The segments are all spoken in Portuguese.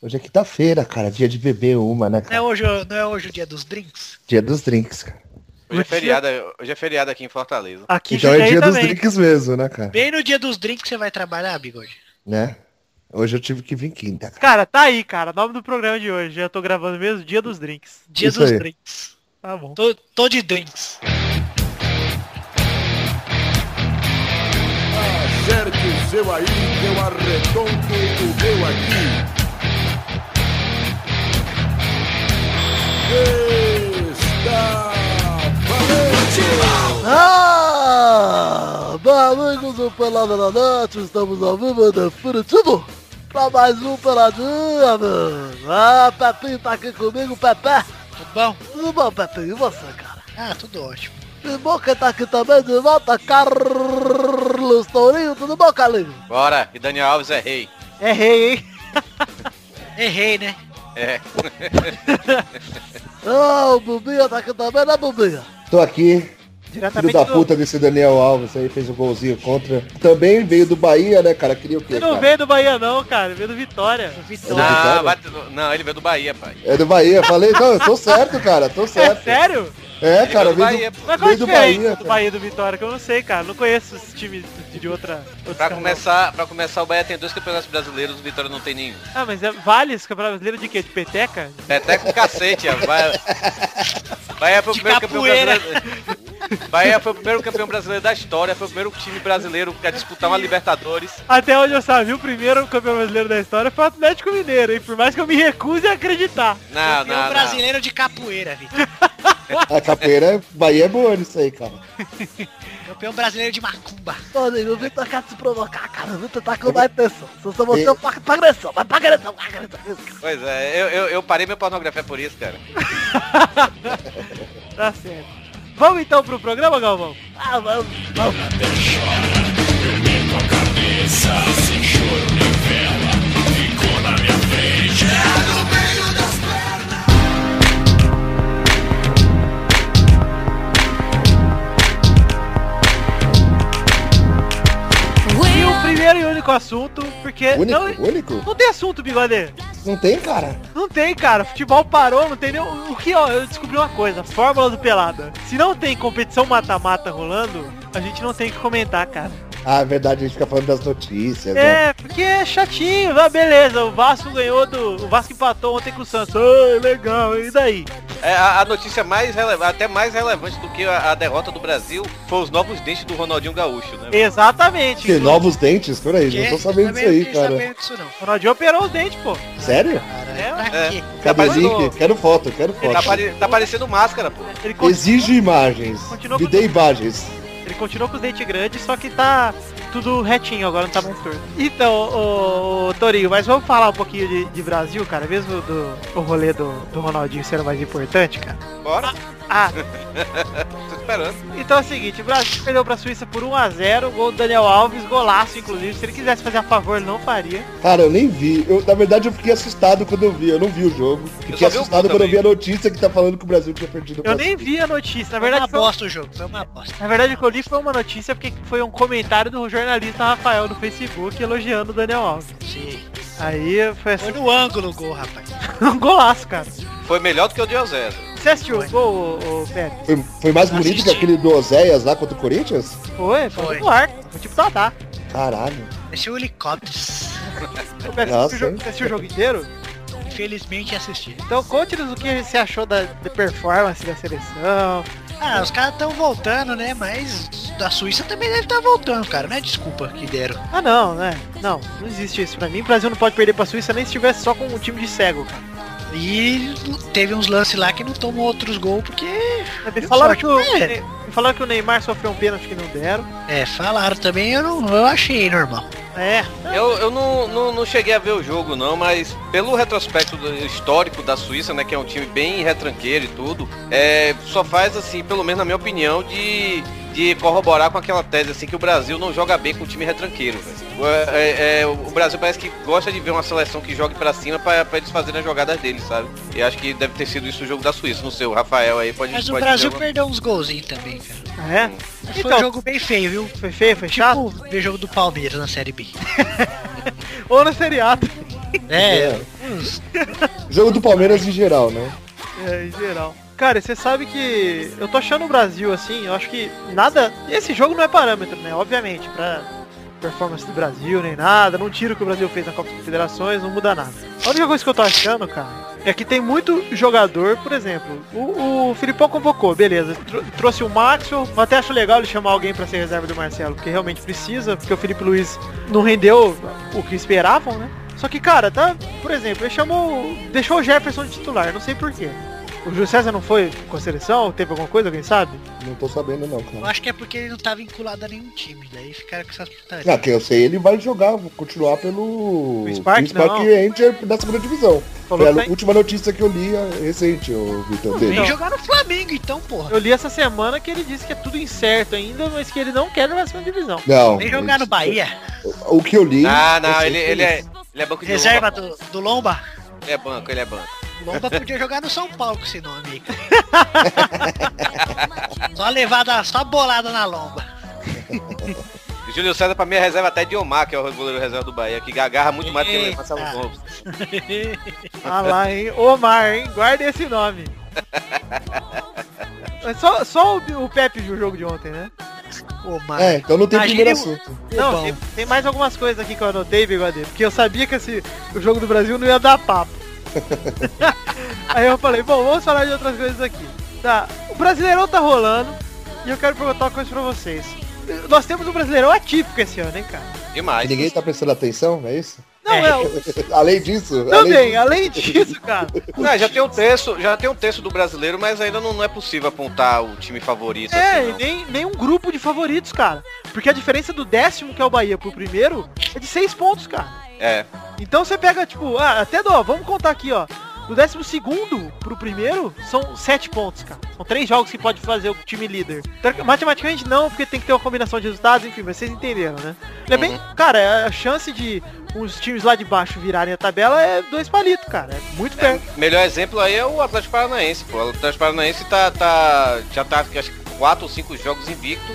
Hoje é quinta-feira, cara. Dia de beber uma, né, Não é cara? hoje o dia dos drinks? Dia dos drinks, cara. Hoje é feriado aqui em Fortaleza. Aqui Então é Jundiaí dia dos também. drinks mesmo, né, cara? Bem no dia dos drinks você vai trabalhar, bigode? Né? Hoje eu tive que vir quinta, cara. Cara, tá aí, cara. Nome do programa de hoje. Já tô gravando mesmo, Dia dos Drinks. Dia Isso dos aí. drinks. Tá bom. Tô de drinks. Acerte o seu aí, que eu arredondo o meu aqui. Está valente! Meus amigos do Pelada na Net, estamos ao vivo e definitivo pra mais um Peladinha, meu. Pepinho tá aqui comigo, Pepe. Tudo bom? Tudo bom, Pepinho? E você, cara? Ah, tudo ótimo. E bom quem tá aqui também de volta, Carlos Tourinho. Tudo bom, Carlinhos? Bora, e Daniel Alves é rei. É rei, hein? Errei, né? É. O Bubinha tá aqui também, né, Bubinha? Tô aqui. Filho Diretamente da do... puta desse Daniel Alves aí, fez um golzinho contra. Também veio do Bahia, né, cara? Queria o quê, Ele não cara? veio do Bahia não, cara. Ele veio do Vitória. Não, ele veio do Bahia, pai. É do Bahia. Falei, não, eu tô certo, cara. Tô É certo. sério? É, cara, veio do Bahia, pô. Mas qual a veio do diferença Bahia, do cara. Bahia e do Vitória? Que eu não sei, cara. Não conheço esse time de outra... Pra começar, o Bahia tem 2 campeonatos brasileiros, o Vitória não tem nenhum. Ah, mas vale esse campeonato brasileiro de quê? De peteca? Até com cacete, ó. Bahia foi o De primeiro campeão capoeira. brasileiro. Bahia foi o primeiro campeão brasileiro da história, foi o primeiro time brasileiro a disputar uma Libertadores. Até onde eu sabia, o primeiro campeão brasileiro da história foi o Atlético Mineiro, hein? Por mais que eu me recuse a acreditar. Não, Campeão não. brasileiro de capoeira, Vitor. A capoeira, Bahia é boa nisso aí, cara. Campeão brasileiro de macumba. Tourinho, o Vitor quer se provocar, cara. O Vitor tá com má intenção. Se você você pra agressão, vai pra agressão, pra agressão. Pois é, eu parei minha pornografia por isso, cara. Tá certo. Vamos então pro programa, Galvão? Ah, vamos. E o primeiro e único assunto, porque... Único? Não tem assunto, bigode. Não tem, cara? Não tem, cara. Futebol parou, não tem nem... O que, ó, eu descobri uma coisa. Fórmula do Pelada. Se não tem competição mata-mata rolando, a gente não tem que comentar, cara. Ah, é verdade, a gente fica falando das notícias, né? É, porque é chatinho. Ah, beleza, o Vasco ganhou O Vasco empatou ontem com o Santos. Ai, legal, e daí? É, a notícia até mais relevante do que a derrota do Brasil foi os novos dentes do Ronaldinho Gaúcho, né? Exatamente. Que novos dentes? Peraí, Que? não tô sabendo disso Também aí, não fiquei cara. sabendo disso, não. O Ronaldinho operou os dentes, pô. Sério? Pra É. quê? Cadê o parecendo- link? Quero foto. Tá parecendo máscara, pô. Ele, con- Exijo imagens. Continua Me com- dê imagens. ele continuou com os dentes grandes, só que tá tudo retinho, agora não tá mais torto. Então, ô Torinho, mas vamos falar um pouquinho de Brasil, cara, mesmo o rolê do Ronaldinho sendo mais importante, cara. Bora. Ah, Tô esperando. então é o seguinte, o Brasil perdeu pra Suíça por 1-0, gol do Daniel Alves, golaço, inclusive. Se ele quisesse fazer a favor, ele não faria. Cara, eu nem vi. Na verdade, eu fiquei assustado quando eu vi. Eu não vi o jogo. Fiquei só vi o assustado gol quando eu vi a também. notícia que tá falando que o Brasil tinha perdido Eu pra nem Suíça. vi a notícia, na Foi uma verdade foi, bosta o jogo, foi uma bosta. na verdade o que eu li foi uma notícia porque foi um comentário do jornalista Rafael no Facebook elogiando o Daniel Alves. Sim. Aí foi assim, Foi no ângulo o gol, rapaz. um golaço, cara. Foi melhor do que o de Eusébio. Você assistiu o gol, ô Pedro? Foi mais bonito que Assisti. aquele do Oséias lá contra o Corinthians? Foi Foi. no ar. Foi tipo Dadá. Caralho. Deixa o helicópteros. Ô, Pedro, Nossa, você hein? assistiu o jogo inteiro? Infelizmente assisti. Então conte-nos o que você achou da performance da seleção. Ah, os caras estão voltando, né? Mas da Suíça também deve estar voltando, cara. Não é desculpa que deram. Ah não, né? Não existe isso pra mim. O Brasil não pode perder pra Suíça nem se estivesse só com um time de cego, cara. E teve uns lances lá que não tomou outros gols porque... Me deu falaram, sorte. me falaram que o Neymar sofreu um pênalti que não deram. É, falaram também, eu achei normal. É, Eu não cheguei a ver o jogo não, mas pelo retrospecto histórico da Suíça, né, que é um time bem retranqueiro e tudo, só faz assim, pelo menos na minha opinião, de corroborar com aquela tese assim que o Brasil não joga bem com o time retranqueiro, velho. O Brasil parece que gosta de ver uma seleção que jogue pra cima pra eles fazerem as jogadas deles, sabe? E acho que deve ter sido isso o jogo da Suíça, não sei, o Rafael aí pode... Mas o pode Brasil dizer perdeu uns golzinhos também, cara. é. Mas foi Então, um jogo bem feio, viu? foi feio, foi chato. Tipo ver jogo do Palmeiras na Série B. Ou na Série A. Jogo do Palmeiras em geral, né? Em geral. Cara, você sabe que eu tô achando o Brasil, assim, eu acho que nada... Esse jogo não é parâmetro, né? Obviamente, pra performance do Brasil, nem nada. Não tira o que o Brasil fez na Copa das Confederações, não muda nada. A única coisa que eu tô achando, cara, é que tem muito jogador, por exemplo, o Filipão convocou, beleza, trouxe o Maxwell, eu até acho legal ele chamar alguém pra ser reserva do Marcelo, porque realmente precisa, porque o Felipe Luiz não rendeu o que esperavam, né? Só que, cara, tá, por exemplo, ele deixou o Jefferson de titular, não sei porquê. O Júlio César não foi com a seleção? Teve alguma coisa, alguém sabe? Não tô sabendo não, cara. Eu acho que é porque ele não tá vinculado a nenhum time, daí ficaram com essas putarias. Ah, que eu sei, ele vai jogar, continuar pelo Spark Ranger da segunda divisão. Falou Foi a que última notícia que eu li recente, o Vitor dele. Vem jogar no Flamengo então, porra. Eu li essa semana que ele disse que é tudo incerto ainda, mas que ele não quer jogar na segunda divisão. Não. Vem jogar no Bahia. O que eu li... Não, ele é banco de Reserva Lomba. do Lomba. Ele é banco. Lomba podia jogar no São Paulo com esse nome aí, cara. Só bolada na Lomba. Júlio César pra mim é reserva até de Omar, que é o goleiro reserva do Bahia, que agarra muito mais do que o Marcelo Gomes. Ah lá, hein? Omar, hein? Guarda esse nome. Mas só o Pepe viu o jogo de ontem, né? Omar. Então não tem Imagine primeiro assunto. Não, tem mais algumas coisas aqui que eu anotei, Bigode, porque eu sabia que o jogo do Brasil não ia dar papo. Aí eu falei, bom, vamos falar de outras coisas aqui. Tá, o Brasileirão tá rolando e eu quero perguntar uma coisa pra vocês. Nós temos um Brasileirão atípico esse ano, hein, cara? Demais. Ninguém tá prestando atenção, é isso? Não, Além disso... Também, além disso, cara. Não, já tem um terço do brasileiro, mas ainda não é possível apontar o time favorito. É, assim, nem um grupo de favoritos, cara. Porque a diferença do 10º, que é o Bahia, pro primeiro, é de 6 pontos, cara. É. Então você pega, tipo, até vamos contar aqui, ó. Do 12º pro primeiro, são 7 pontos, cara. São 3 jogos que pode fazer o time líder. Matematicamente não, porque tem que ter uma combinação de resultados, enfim, mas vocês entenderam, né? Ele é bem... Cara, a chance de os times lá de baixo virarem a tabela é 2 palitos, cara. É muito perto. Melhor exemplo aí é o Atlético Paranaense, pô. O Atlético Paranaense já tá, acho que 4 ou 5 jogos invicto.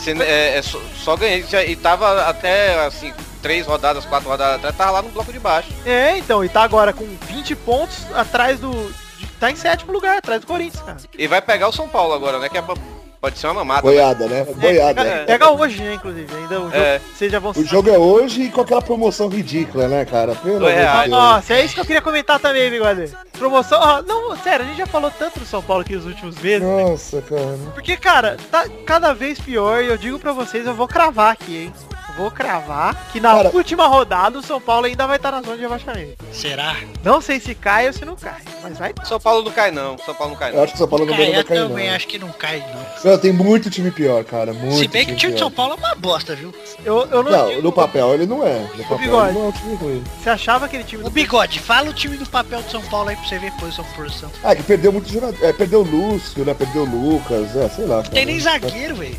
Só ganhei. E tava até, assim... 3 rodadas, 4 rodadas atrás, tava lá no bloco de baixo. Então, e tá agora com 20 pontos atrás tá em 7º lugar, atrás do Corinthians, cara. E vai pegar o São Paulo agora, né? Que pode ser uma mamata. Boiada, né? Boiada. Pega hoje, né, inclusive. Ainda o jogo, vocês já vão... O jogo é hoje e com aquela promoção ridícula, né, cara? Pelo amor de Deus. Nossa, é isso que eu queria comentar também, Bigode. Promoção... não, sério, a gente já falou tanto do São Paulo aqui nos últimos meses. Nossa, cara. Porque, cara, tá cada vez pior e eu digo pra vocês, eu vou cravar aqui, hein. Vou cravar que na última rodada o São Paulo ainda vai estar na zona de rebaixamento. Será? Não sei se cai ou se não cai, mas vai. São Paulo não cai não. Eu acho que o São Paulo não vai cair, Eu também acho que não cai, não. Não, tem muito time pior, cara. Muito. Se bem que o time de São Paulo é uma bosta, viu? Eu não digo... no papel ele não é. No papel Bigode, ele não é um time ruim. Você achava aquele time... O Bigode, fala o time do papel de São Paulo aí pra você ver posição por posição. Que perdeu muito jogador. Perdeu o Lúcio, né? Perdeu o Lucas, sei lá. Não tem nem zagueiro, velho.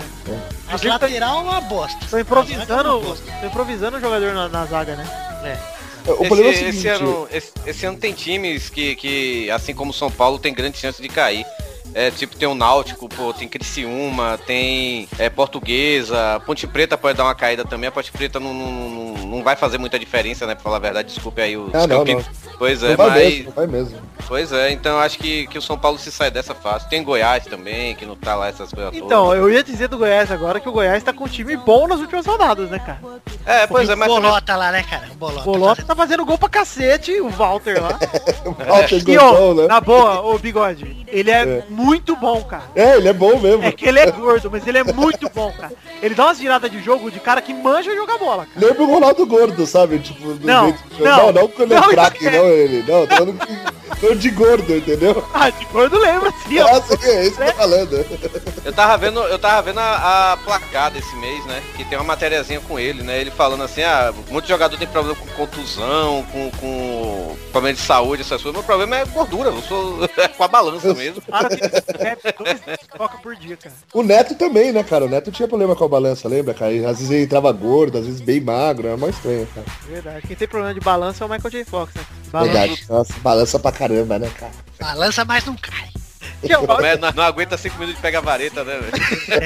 As lateral é uma bosta. Tô improvisando o jogador na zaga, né? O problema é o seguinte... esse ano tem times que, assim como o São Paulo, tem grande chance de cair. Tipo, tem o Náutico, pô, tem Criciúma, tem Portuguesa, Ponte Preta pode dar uma caída também. A Ponte Preta não vai fazer muita diferença, né? Pra falar a verdade, desculpe aí os campinos. Pois é, mas... Não vai mesmo. Pois é, então eu acho que o São Paulo se sai dessa fase. Tem Goiás também, que não tá lá essas coisas todas. Então, eu ia dizer do Goiás agora que o Goiás tá com um time bom nas últimas rodadas, né, cara? Pois é, mas... Bolota lá, né, cara? Bolota tá fazendo gol pra cacete, o Walter lá. O Walter E, né? Na boa, o Bigode, ele é muito bom, cara. Ele é bom mesmo. É que ele é gordo, mas ele é muito bom, cara. Ele dá umas viradas de jogo de cara que manja jogar bola, cara. Lembra o Ronaldo Gordo, sabe? Tipo, não quando é craque, não ele. Não, tô falando de gordo, entendeu? De gordo lembra, sim. Sim, é isso que eu tô falando. Eu tava vendo a placada esse mês, né? Que tem uma matériazinha com ele, né? Ele falando assim, muito jogador tem problema com contusão, com problema de saúde, essas coisas. Meu problema é gordura, eu sou com a balança mesmo. Para que 2 coca por dia, cara. O Neto também, né, cara? O Neto tinha problema com a balança, lembra, cara? Às vezes ele entrava gordo, às vezes bem magro, é mais estranho, cara. Verdade. Quem tem problema de balança é o Michael J. Fox, né? Verdade. Nossa, balança pra caramba, né, cara? Balança, mas não cai. Não aguenta 5 minutos de pegar vareta, né, velho?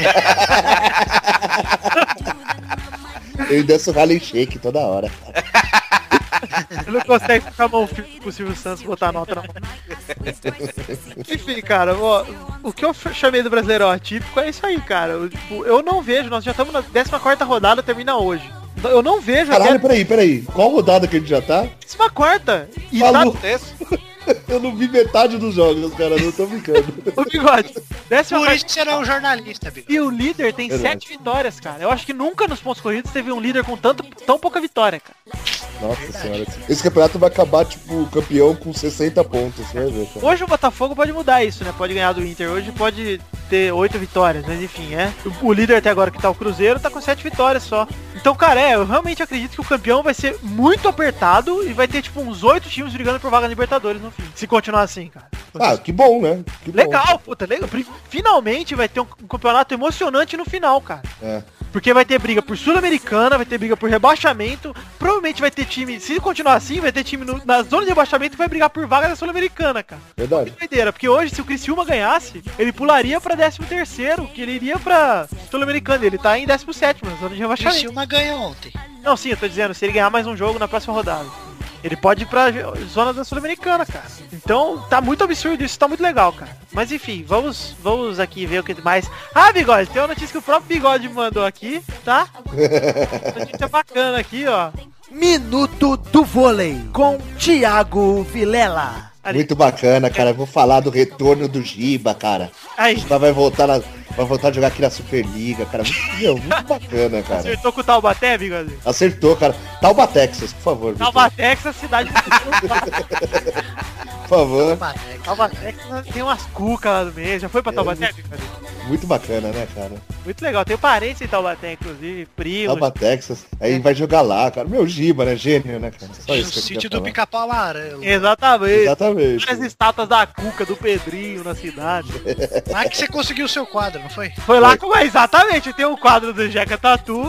Ele dança o Harlem Shake toda hora, cara. Ele não consegue ficar a mão firme pro Silvio Santos botar a nota na mão. Enfim, cara, ó, o que eu chamei do Brasileirão atípico é isso aí, cara. Eu não vejo, nós já estamos na 14ª rodada, termina hoje. Eu não vejo... Caralho, peraí. Qual rodada que a gente já tá? 14ª. E Falou. tá... Eu não vi metade dos jogos, cara, não tô brincando. Ô, Bigode, Por isso que você não é um jornalista, Bigode. E o líder tem 7 vitórias, cara. Eu acho que nunca nos pontos corridos teve um líder com tão pouca vitória, cara. Nossa senhora, esse campeonato vai acabar, tipo, campeão com 60 pontos, você vai ver, cara. Hoje o Botafogo pode mudar isso, né? Pode ganhar do Inter, hoje pode ter 8 vitórias, mas enfim, o líder até agora que tá o Cruzeiro tá com 7 vitórias só. Então, cara, eu realmente acredito que o campeão vai ser muito apertado e vai ter, tipo, uns 8 times brigando por vaga na Libertadores no fim. Se continuar assim, cara. Ah, que bom, né? Que bom. Legal, puta, legal. Finalmente vai ter um campeonato emocionante no final, cara. É. Porque vai ter briga por Sul-Americana, vai ter briga por rebaixamento. Provavelmente vai ter time, se continuar assim, vai ter time na zona de rebaixamento que vai brigar por vaga da Sul-Americana, cara. Verdade. Que doideira, porque hoje, se o Criciúma ganhasse, ele pularia pra 13º, que ele iria pra Sul-Americana. Ele tá em 17º, na zona de O rebaixamento. Criciúma ganhou ontem. Não, sim, eu tô dizendo, se ele ganhar mais um jogo na próxima rodada. Ele pode ir pra zona da Sul-Americana, cara. Então, tá muito absurdo isso, tá muito legal, cara. Mas enfim, vamos aqui ver o que mais... Ah, Bigode, tem uma notícia que o próprio Bigode mandou aqui, tá? Notícia bacana aqui, ó. Minuto do Vôlei, com Thiago Vilela. Muito bacana, cara. Eu vou falar do retorno do Giba, cara. Aí. O Giba vai voltar a jogar aqui na Superliga, cara. Muito bacana, cara. Acertou com o Taubaté, Bigode? Acertou, cara. Tauba, Texas, por favor. Vitor. Tauba, Texas, cidade Por favor. Tauba, Texas tem umas cucas lá no meio. Já foi pra Taubaté, Bigode? Muito bacana, né, cara? Muito legal. Tenho parentes em Taubaté, inclusive, primo. Tauba, Texas. Aí vai jogar lá, cara. Meu Giba, né? Gênio, né, cara? Só No isso que eu sítio queria do falar. Pica-Pau Amarelo. Exatamente. Várias estátuas da Cuca, do Pedrinho na cidade. Lá que você conseguiu o seu quadro, não foi? Foi lá com... Exatamente, tem um quadro do Jeca Tatu.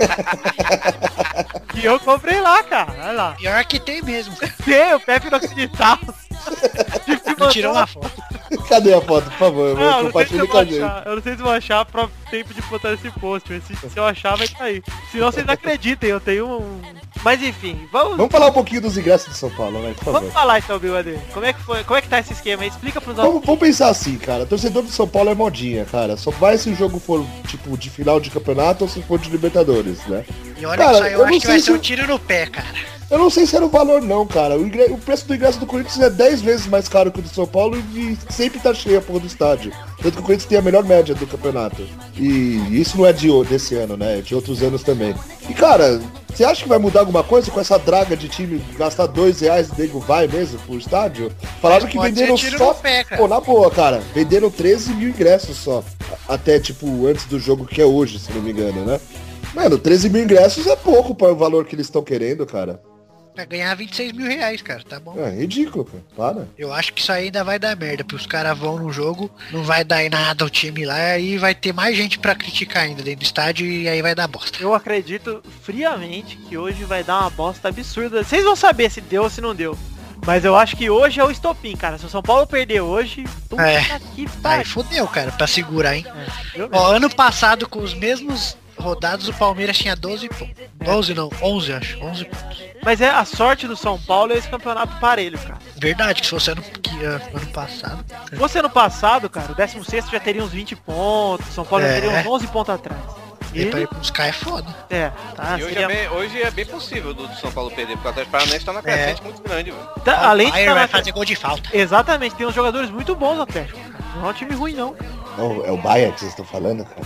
Que eu comprei lá, cara. Olha lá. Pior que tem mesmo, cara. Tem, o Pepe não acreditava. Não tirou uma foto. Cadê a foto, por favor? Não, Compartilhe com a gente. eu não sei se vou achar pra tempo de botar esse post, mas se eu achar vai cair. Senão vocês acreditem, eu tenho um... Mas enfim, Vamos falar um pouquinho dos ingressos de São Paulo, né? Por favor. Vamos falar então, Bigode. Como é que foi? Como é que tá esse esquema aí? Explica pros nossos... Vamos pensar assim, cara. Torcedor de São Paulo é modinha, cara. Só vai se o jogo for, tipo, de final de campeonato ou se for de Libertadores, né? E olha Cara, que só, eu acho não que vai sei ser um se- tiro no pé, cara. Eu não sei se era o valor não, cara. O preço do ingresso do Corinthians é 10 vezes mais caro que o do São Paulo e sempre tá cheio a porra do estádio. Tanto que o Corinthians tem a melhor média do campeonato. E isso não é desse ano, né? É de outros anos também. E, cara, você acha que vai mudar alguma coisa com essa draga de time gastar R$2 e o nego vai mesmo pro estádio? Falaram Mas que pode venderam ser tiro só... no pé, cara. Pô, na boa, cara. Venderam 13 mil ingressos só. Até, tipo, antes do jogo que é hoje, se não me engano, né? Mano, 13 mil ingressos é pouco para o valor que eles estão querendo, cara. Vai ganhar 26 mil reais, cara, tá bom. É ridículo, cara. Para. Eu acho que isso aí ainda vai dar merda, porque os caras vão no jogo, não vai dar em nada o time lá, e vai ter mais gente pra criticar ainda dentro do estádio, e aí vai dar bosta. Eu acredito friamente que hoje vai dar uma bosta absurda. Vocês vão saber se deu ou se não deu. Mas eu acho que hoje é o estopim, cara. Se o São Paulo perder hoje, que Aí pariu. fodeu, cara, pra segurar, hein. Eu Ó, ano passado, com os mesmos rodados, o Palmeiras tinha 12 pontos. 12 não, 11 acho, 11 pontos. Mas é a sorte do São Paulo é esse campeonato parelho, cara. Verdade, que se fosse ano passado. Se fosse ano passado, cara, o 16º já teria uns 20 pontos, São Paulo já É. teria uns 11 pontos atrás. E pra ir buscar é foda. Tá, E hoje, seria... hoje é bem possível do São Paulo perder, porque o Atlético Paranaense tá na crescente muito grande, velho. Tá, além o de Bayern tá vai na... fazer gol de falta. Exatamente, tem uns jogadores muito bons no Atlético, cara. Não é um time ruim, não. Não, é o Bayern que vocês estão falando, cara.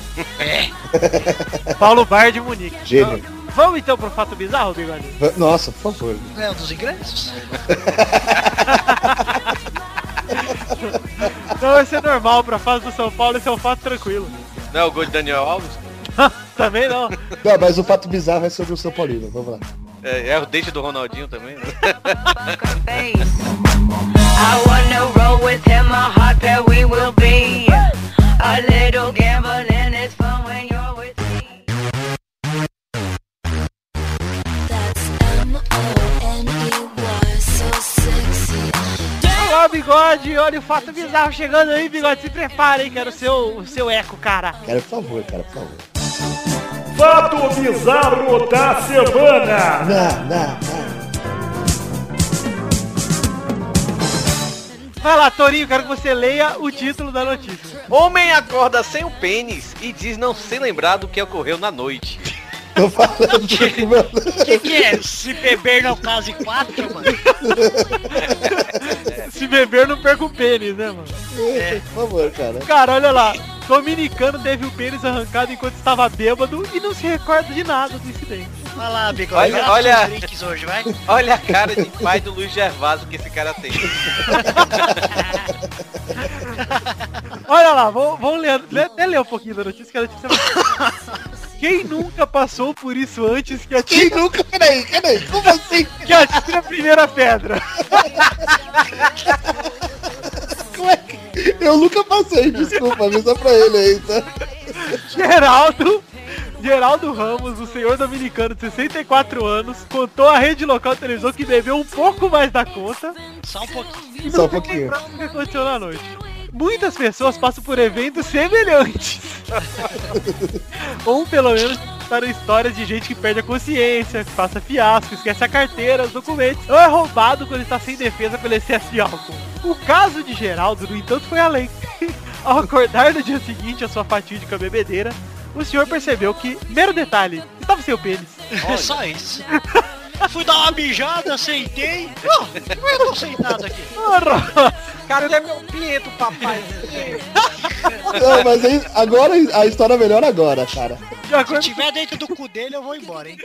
Paulo Baier de Munique. Gênio. Então, vamos então pro fato bizarro, Bigode? Nossa, por favor. É um dos ingressos. Não vai ser normal pra fase do São Paulo, esse é um fato tranquilo. Não é o gol de Daniel Alves? Também não. Não, mas o fato bizarro é sobre o São Paulino. Vamos lá. É o deixa do Ronaldinho também, né? I wanna roll with him, a hot pair we will be. A little gambling is fun when you're with me. Olá, Bigode, olha o fato bizarro chegando aí, Bigode, se prepara, hein, quero o seu eco, cara. Cara, por favor, cara, por favor. Fato bizarro da semana. Não. Vai lá, Torinho, quero que você leia o título da notícia. Homem acorda sem o pênis e diz não se lembrar do que ocorreu na noite. Tô falando Que é? Se beber não case 4, mano? Se beber, não perca o pênis, né, mano? Por favor, cara. Cara, olha lá. Dominicano teve o pênis arrancado enquanto estava bêbado e não se recorda de nada do incidente. Vai lá, Bigode. Olha. Drinks hoje, vai. Olha a cara de pai do Luiz Gervásio que esse cara tem. Olha lá, vamos ler, até ler um pouquinho da notícia, que a notícia Quem nunca passou por isso antes que Quem atire nunca? Peraí, como assim? que atire a primeira pedra? Como é que... Eu nunca passei, desculpa, avisa pra ele aí, tá? Geraldo Ramos, o senhor dominicano de 64 anos, contou à rede local de televisão que bebeu um pouco mais da conta. Só um pouquinho. E Só um não pouquinho. lembrava o que aconteceu na noite. Muitas pessoas passam por eventos semelhantes. Ou pelo menos para histórias de gente que perde a consciência, que passa fiasco, esquece a carteira, os documentos, ou é roubado quando está sem defesa pelo excesso de álcool. O caso de Geraldo, no entanto, foi além. Ao acordar no dia seguinte a sua fatídica bebedeira, o senhor percebeu que, mero detalhe, estava sem o pênis. Só isso. Fui dar uma mijada, sentei. Não, eu tô sentado aqui. Cadê meu pinto, papai? Não, mas aí, agora a história melhora agora, cara. Se tiver dentro do cu dele, eu vou embora, hein?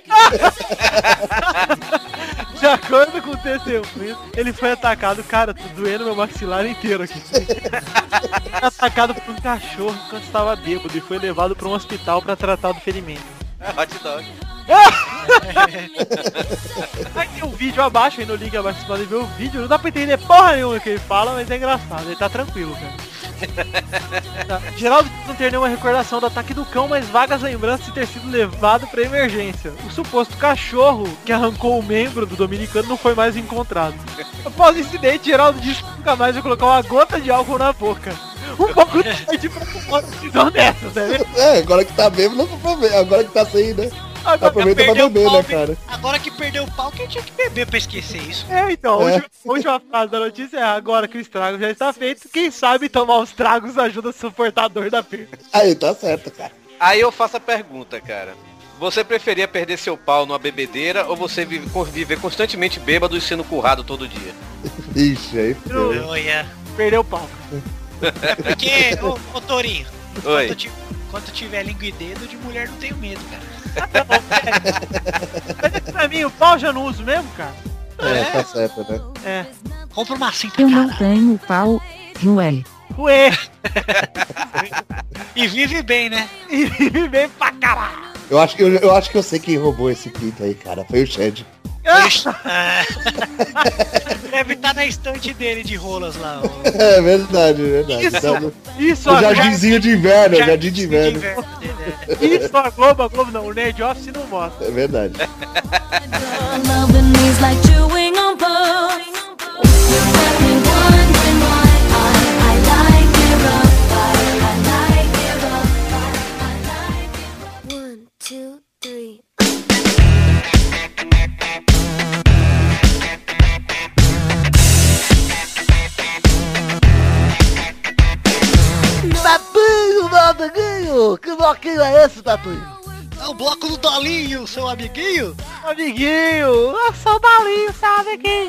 De acordo com o testemunho, ele foi atacado, cara, tô doendo meu maxilar inteiro aqui. Atacado por um cachorro enquanto estava bêbado e foi levado para um hospital para tratar do ferimento. Hot dog. Aí tem um vídeo abaixo, aí no link abaixo vocês podem ver o vídeo. Não dá pra entender porra nenhuma que ele fala, mas é engraçado, ele tá tranquilo, cara. Tá. Geraldo não ter nenhuma recordação do ataque do cão, mas vagas lembranças de ter sido levado pra emergência. O suposto cachorro que arrancou o membro do dominicano não foi mais encontrado. Após o incidente, Geraldo disse que nunca mais vai colocar uma gota de álcool na boca. Um pouco de pra tomar uma decisão dessas, né? Agora que tá bêbado, não pra ver. Agora que tá sem, né? Agora, Aproveita pra perdeu beber, o pau, né, cara? Agora que perdeu o pau, quem tinha que beber pra esquecer isso? então, a última frase da notícia é: agora que o estrago já está feito, quem sabe tomar os tragos ajuda a suportar a dor da perda. Aí, tá certo, cara. Aí eu faço a pergunta, cara. Você preferia perder seu pau numa bebedeira ou você viver constantemente bêbado e sendo currado todo dia? Ixi, aí foi. Olha. Perdeu o pau. É porque, ô Torinho, Oi. enquanto tiver língua e dedo, de mulher não tenho medo, cara. Mas pra mim, o pau já não uso mesmo, cara. Tá certo, né? É. Compra uma cinta, Eu não cara. tenho pau, Joé. Ué. E vive bem, né? E vive bem pra caralho. Eu acho que eu sei quem roubou esse pinto aí, cara. Foi o Shed. Deve estar na estante dele de rolas lá. É verdade, é verdade. Isso, O jardinzinho de inverno, o jardim de inverno. Isso, a Globo não, o Nerd Office não mostra. É verdade. One, two, three. Papinho, meu amiguinho! Que bloquinho é esse, Papinho? É o bloco do Dolinho, seu amiguinho. Amiguinho, eu sou o Dolinho, seu amiguinho.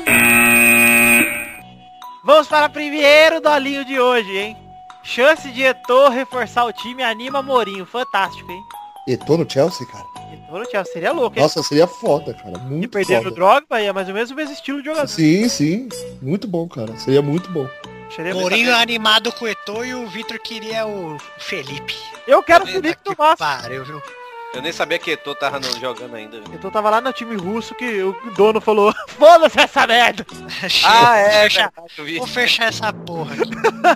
Vamos para o primeiro Dolinho de hoje, hein? Chance de Eto'o reforçar o time anima Mourinho. Fantástico, hein? Eto'o no Chelsea, cara? Eto'o no Chelsea seria louco, hein? Nossa, seria foda, cara. E Muito perder foda. no Drogba é mais ou menos o mesmo estilo de jogador. Sim. Muito bom, cara. Seria muito bom. Mourinho animado com o Eto'o e o Vitor queria o Felipe. Eu quero o Felipe do Massa. Pariu, viu? Eu nem sabia que Eto'o tava jogando ainda. Então tava lá no time russo que o dono falou: foda-se essa merda. Vou fechar essa porra aqui.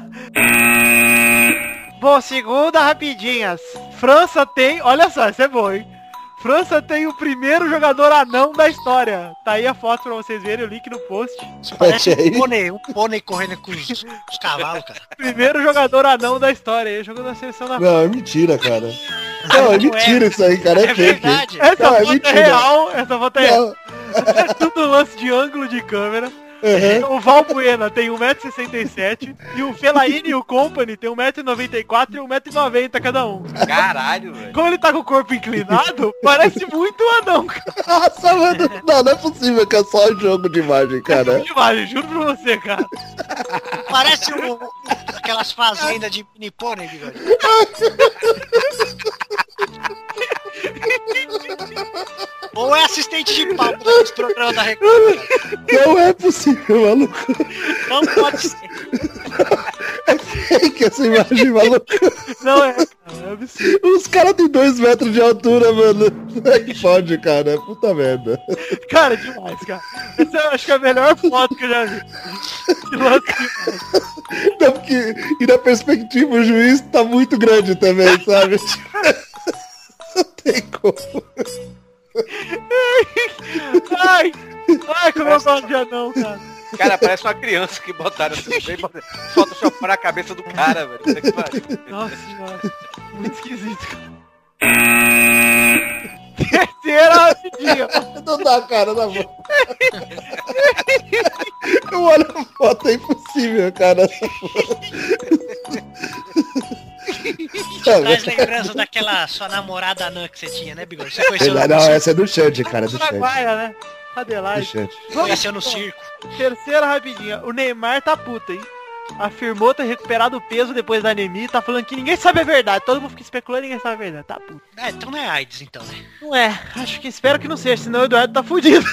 Bom, segunda rapidinhas. França tem, olha só, isso é bom, hein? França tem o primeiro jogador anão da história. Tá aí a foto pra vocês verem, o link no post. Parece um pônei correndo com os cavalos, cara. Primeiro jogador anão da história. Ele jogou na seleção da Não, é mentira, cara. Não, é mentira isso aí, cara. É fake. verdade. Essa Não, é foto é mentira. real. Essa foto é real. Não. É tudo lance de ângulo de câmera. O Valbuena tem 1,67m e o Fellaini e o Company tem 1,94m e 1,90m cada um. Caralho, velho. Como ele tá com o corpo inclinado, parece muito um anão, cara. Nossa, mano. Não é possível que é só um jogo de imagem, cara. Imagem, juro pra você, cara. Parece aquelas fazendas de mini pônei, Bigode. Ou é assistente de palco dos programas da Record. Não é possível, maluco. Não pode ser. É fake essa imagem, maluco. Não é, cara, é absurdo. Os caras têm 2 metros de altura, mano. Como é que pode, cara? Puta merda. Cara, demais, cara. Essa eu acho que é a melhor foto que eu já vi. Que lance demais. Não, porque... E na perspectiva o juiz tá muito grande também, sabe? Não tem como. Ai, como eu gosto de anão, cara. Cara, parece uma criança que botaram assim, Photoshop a cabeça do cara, velho. Puta que pariu. Nossa senhora, muito esquisito, cara. Terceira rapidinha. Não dá, cara, na boa. Eu olho a foto, é impossível, cara. Traz lembrança daquela sua namorada anã que você tinha, né, Bigode? Você conheceu Não, essa é do Xande, cara, do Xande. Paraguaia, né? Do Adelaide. Xande. Conheceu no circo. Terceira rapidinha. O Neymar tá puta, hein? Afirmou ter recuperado o peso depois da anemia e tá falando que ninguém sabe a verdade. Todo mundo fica especulando e ninguém sabe a verdade. Tá puto. Então não é AIDS, então, né? Não é. Acho que espero que não seja, senão o Eduardo tá fudido.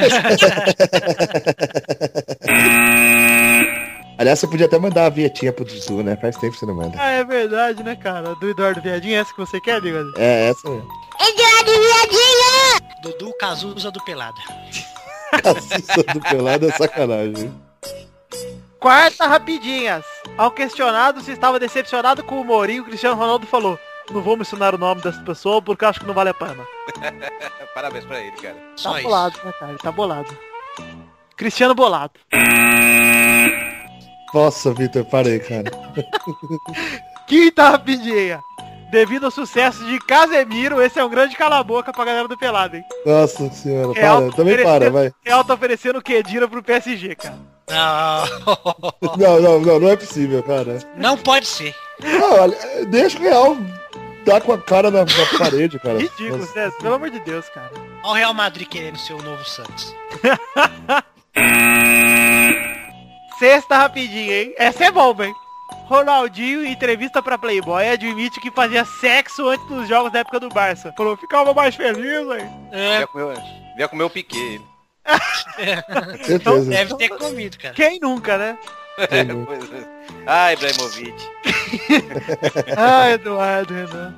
Aliás, você podia até mandar a vinhetinha pro Dudu, né? Faz tempo que você não manda. Ah, é verdade, né, cara? Do Eduardo Viadinho, é essa que você quer, Bigode? É, essa mesmo. Eduardo Viadinho! Dudu Cazuza do Pelada. Cazuza do Pelado é sacanagem. Quarta rapidinhas. Ao questionado se estava decepcionado com o Mourinho, o Cristiano Ronaldo falou: não vou mencionar o nome dessa pessoa porque acho que não vale a pena. Parabéns pra ele, cara. Só Tá isso. bolado, né, cara? Ele tá bolado. Cristiano bolado. Nossa, Vitor, parei, cara. Quinta rapidinha. Devido ao sucesso de Casemiro, esse é um grande cala-boca pra galera do Pelado, hein? Nossa senhora, Real para, também para, vai. Real tá oferecendo o Kedira pro PSG, cara. Não é possível, cara. Não pode ser. Não, olha, deixa o Real dar com a cara na parede, cara. Ridículo, Nossa. César. Pelo amor de Deus, cara. Olha o Real Madrid querendo ser o novo Santos. Sexta rapidinha, hein? Essa é bomba, hein? Ronaldinho, em entrevista pra Playboy, admite que fazia sexo antes dos jogos da época do Barça. Falou, ficava mais feliz, hein? Via comer o Piquet. Certeza. Deve ter comido, cara. Quem nunca, né? Pois é. Ah, Ibrahimovic. Ah, Eduardo, Renan.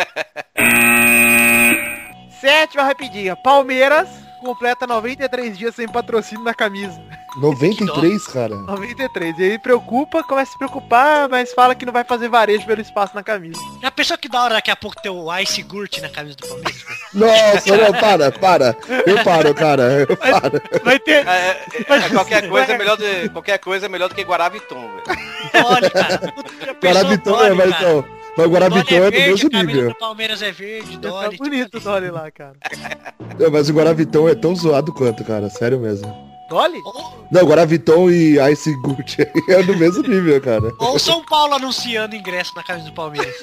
Sétima rapidinha. Palmeiras completa 93 dias sem patrocínio na camisa. 93, cara. 93. E aí preocupa, começa a se preocupar, mas fala que não vai fazer varejo pelo espaço na camisa. Já pensou que da hora daqui a pouco ter o Ice Gurt na camisa do Palmeiras? Cara? Nossa, não, para. Eu paro, cara. Eu paro. Vai ter... Qualquer coisa é melhor do que Guaraviton, velho. Olha, cara. Guaraviton é, mas então. Mas o Guaraviton é do mesmo A camisa nível. do Palmeiras é verde, Tá Dolly. bonito o Dolly lá, cara. Não, mas o Guaraviton é tão zoado quanto, cara. Sério mesmo. Dolly? Não, Guaraviton e Ice Gurt é do mesmo nível, cara. Ou São Paulo anunciando ingresso na camisa do Palmeiras.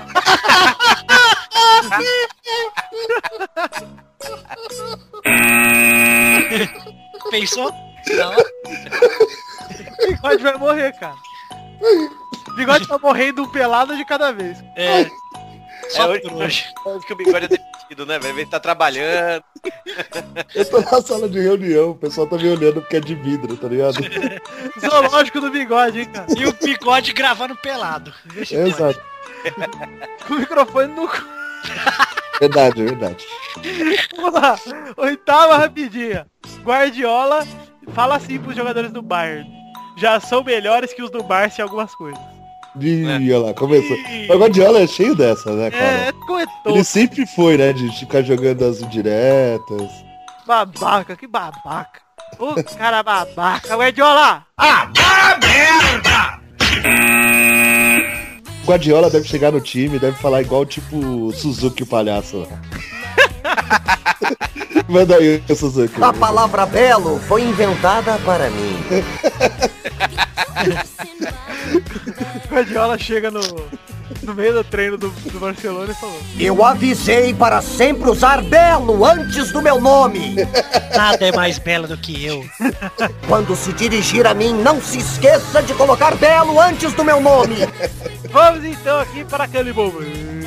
Pensou? Não. O Bigode vai morrer, cara. O Bigode tá morrendo um pelado de cada vez. É. Só Hoje por hoje. que o Bigode é demitido, né, velho? Ele tá trabalhando. Eu tô na sala de reunião, o pessoal tá me olhando porque é de vidro, tá ligado? Zoológico do Bigode, hein, cara. E o Bigode gravando pelado. Exato. Com o microfone no cu. Verdade. Vamos lá. Oitava rapidinha. Guardiola fala assim pros jogadores do Bayern: já são melhores que os do Barça em algumas coisas. Ih, olha lá, começou. O Guardiola é cheio dessa, né, cara? É, corretor. Ele sempre foi, né, de ficar jogando as indiretas. Babaca, que babaca. Ô, cara babaca. Guardiola! O Guardiola deve chegar no time, deve falar igual tipo o Suzuki o palhaço lá. Manda aí, Suzuki. A palavra belo foi inventada para mim. O Guardiola chega no meio do treino do Barcelona e falou: Eu avisei para sempre usar belo antes do meu nome. Nada é mais belo do que eu. Quando se dirigir a mim, não se esqueça de colocar belo antes do meu nome. Vamos então aqui para aquele momento.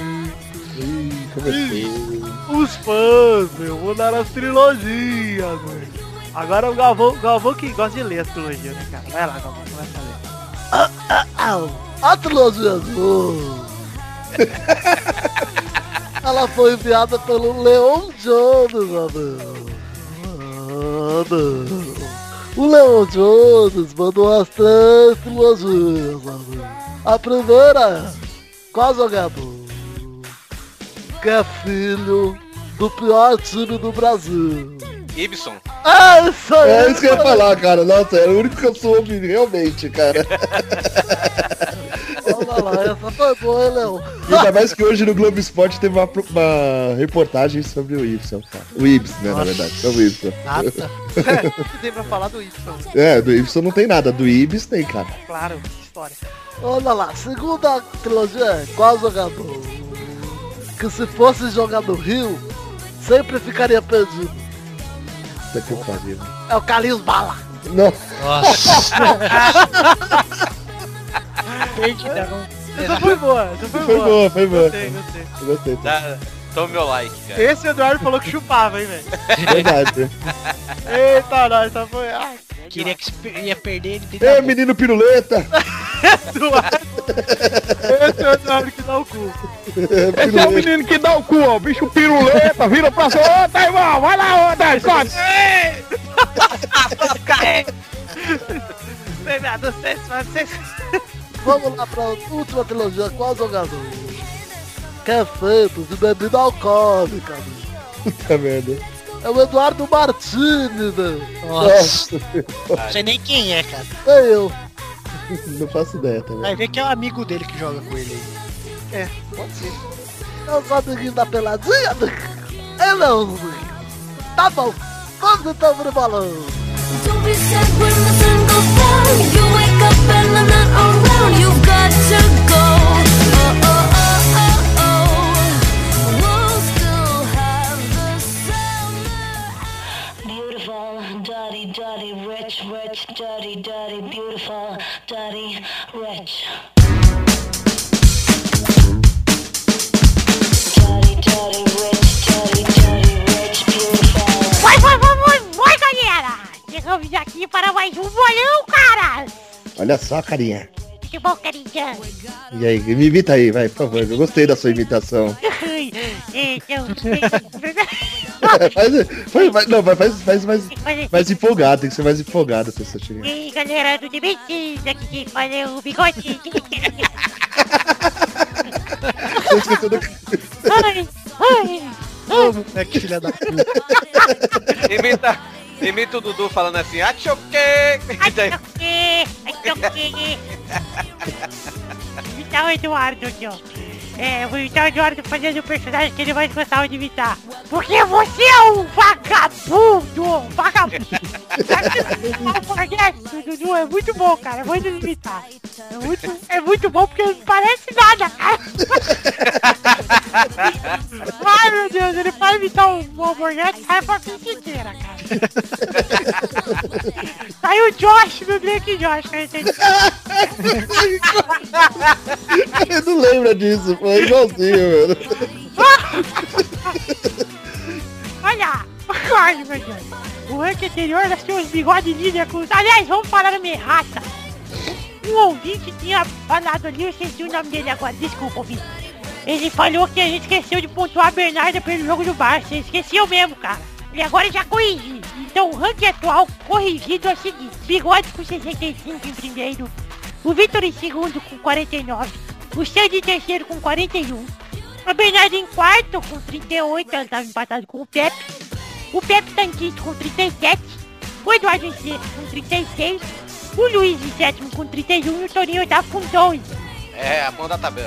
Os fãs, meu, vou dar as trilogias, meu. Agora o Galvão que gosta de ler as trilogias, né, cara? Vai lá, Galvão, começa a ler. A trilogia azul. Ela foi enviada pelo Leon Jones, meu. O Leon Jones mandou as 3 trilogias, meu. A primeira, qual jogador? Que é filho do pior time do Brasil. Ibson. Ah, isso aí! É isso que eu ia falar, cara. Nossa, era o único que eu soube realmente, cara. Olha lá, essa foi boa, hein, Léo? Ainda mais que hoje no Globo Esporte teve uma reportagem sobre o Ibson, cara. O Ibs, né, na verdade. É o Ibson. Nada. O que tem pra falar do Ibson? É, do Ibson não tem nada. Do Ibs tem, cara. Claro, história. Olha lá, segunda trilogia, qual jogador? Que se fosse jogar no Rio, sempre ficaria perdido. Puta que pariu. É o Carlinhos Bala. Não. Nossa. Perdidão. Essa foi boa, essa foi Foi boa. boa, foi boa. Gostei. Toma meu like, cara. Esse Eduardo falou que chupava, hein, velho. Verdade. Eita, nós, essa foi... Ai, Queria que ia perder ele. Ei, menino piruleta. Eduardo. Esse é o Eduardo que dá o cu. Esse é o menino que dá o cu, ó. Bicho piruleta, vira pra sua outra, irmão. Vai lá, outra, esconde. Vamos lá pra última trilogia, qual jogador? Que é feito de bebida alcoólica, meu. Puta merda. É o Eduardo Martini, meu. Nossa. Não sei nem quem é, cara. É eu. Não faço ideia também. Vai ver que é um amigo dele que joga com ele aí. É, pode ser. É os amiguinhos da peladinha, meu. É não, tá bom. Vamos então pro balão. Don't be sad when the sun goes down. You wake up and I'm not around. You've got to go. Oh, oh, oh, oh, oh. We'll still have the summer. Beautiful, dirty, dirty, rich, rich, dirty, dirty, beautiful, dirty, rich. Dirty, dirty, rich, dirty, dirty, rich, beautiful. Vai, galera! Chegamos aqui para mais um bolão, cara! Olha só, carinha. Que bom, carinha! E aí, me imita aí, vai, por favor. Eu gostei da sua imitação. Faz mais empolgado, tem que ser mais empolgado pra você chegar. E aí, galera do DBX, aqui quem fala é o Bigode. Tô esquecendo Ô, moleque, filha da puta. Imita o Dudu falando assim, achoque! Imitar o Eduardo aqui, ó. Vou imitar o Eduardo fazendo o personagem que ele mais gostava de imitar. Porque você é um vagabundo! Vagabundo! O Dudu é muito bom, cara. Vou imitar. É muito bom porque não parece nada, cara. Ai, meu Deus, ele faz imitar o Alborguete e sai pra frente inteira, cara. Sai o Josh do Drake Josh, cara. Eu não lembro disso, foi igualzinho, mano. Olha! Ai, meu Deus. O ranking anterior nós tínhamos bigode líder com... Aliás, vamos falar da minha raça. Um ouvinte tinha falado ali, eu esqueci o nome dele agora. Desculpa, ouvinte. Ele falou que a gente esqueceu de pontuar a Bernarda pelo jogo do Barça. Esqueceu mesmo, cara. E agora já corrigi. Então o ranking atual corrigido é o seguinte. Bigode com 65 em primeiro. O Vitor em segundo com 49. O Sandy em terceiro com 41. A Bernarda em quarto com 38. Ela estava empatado com o Pepe. O Pepe tá em quinto com 37. O Eduardo em sexto com 36. O Luiz em sétimo com 31. E o Torinho em oitavo com 12. É, a mão da tabela.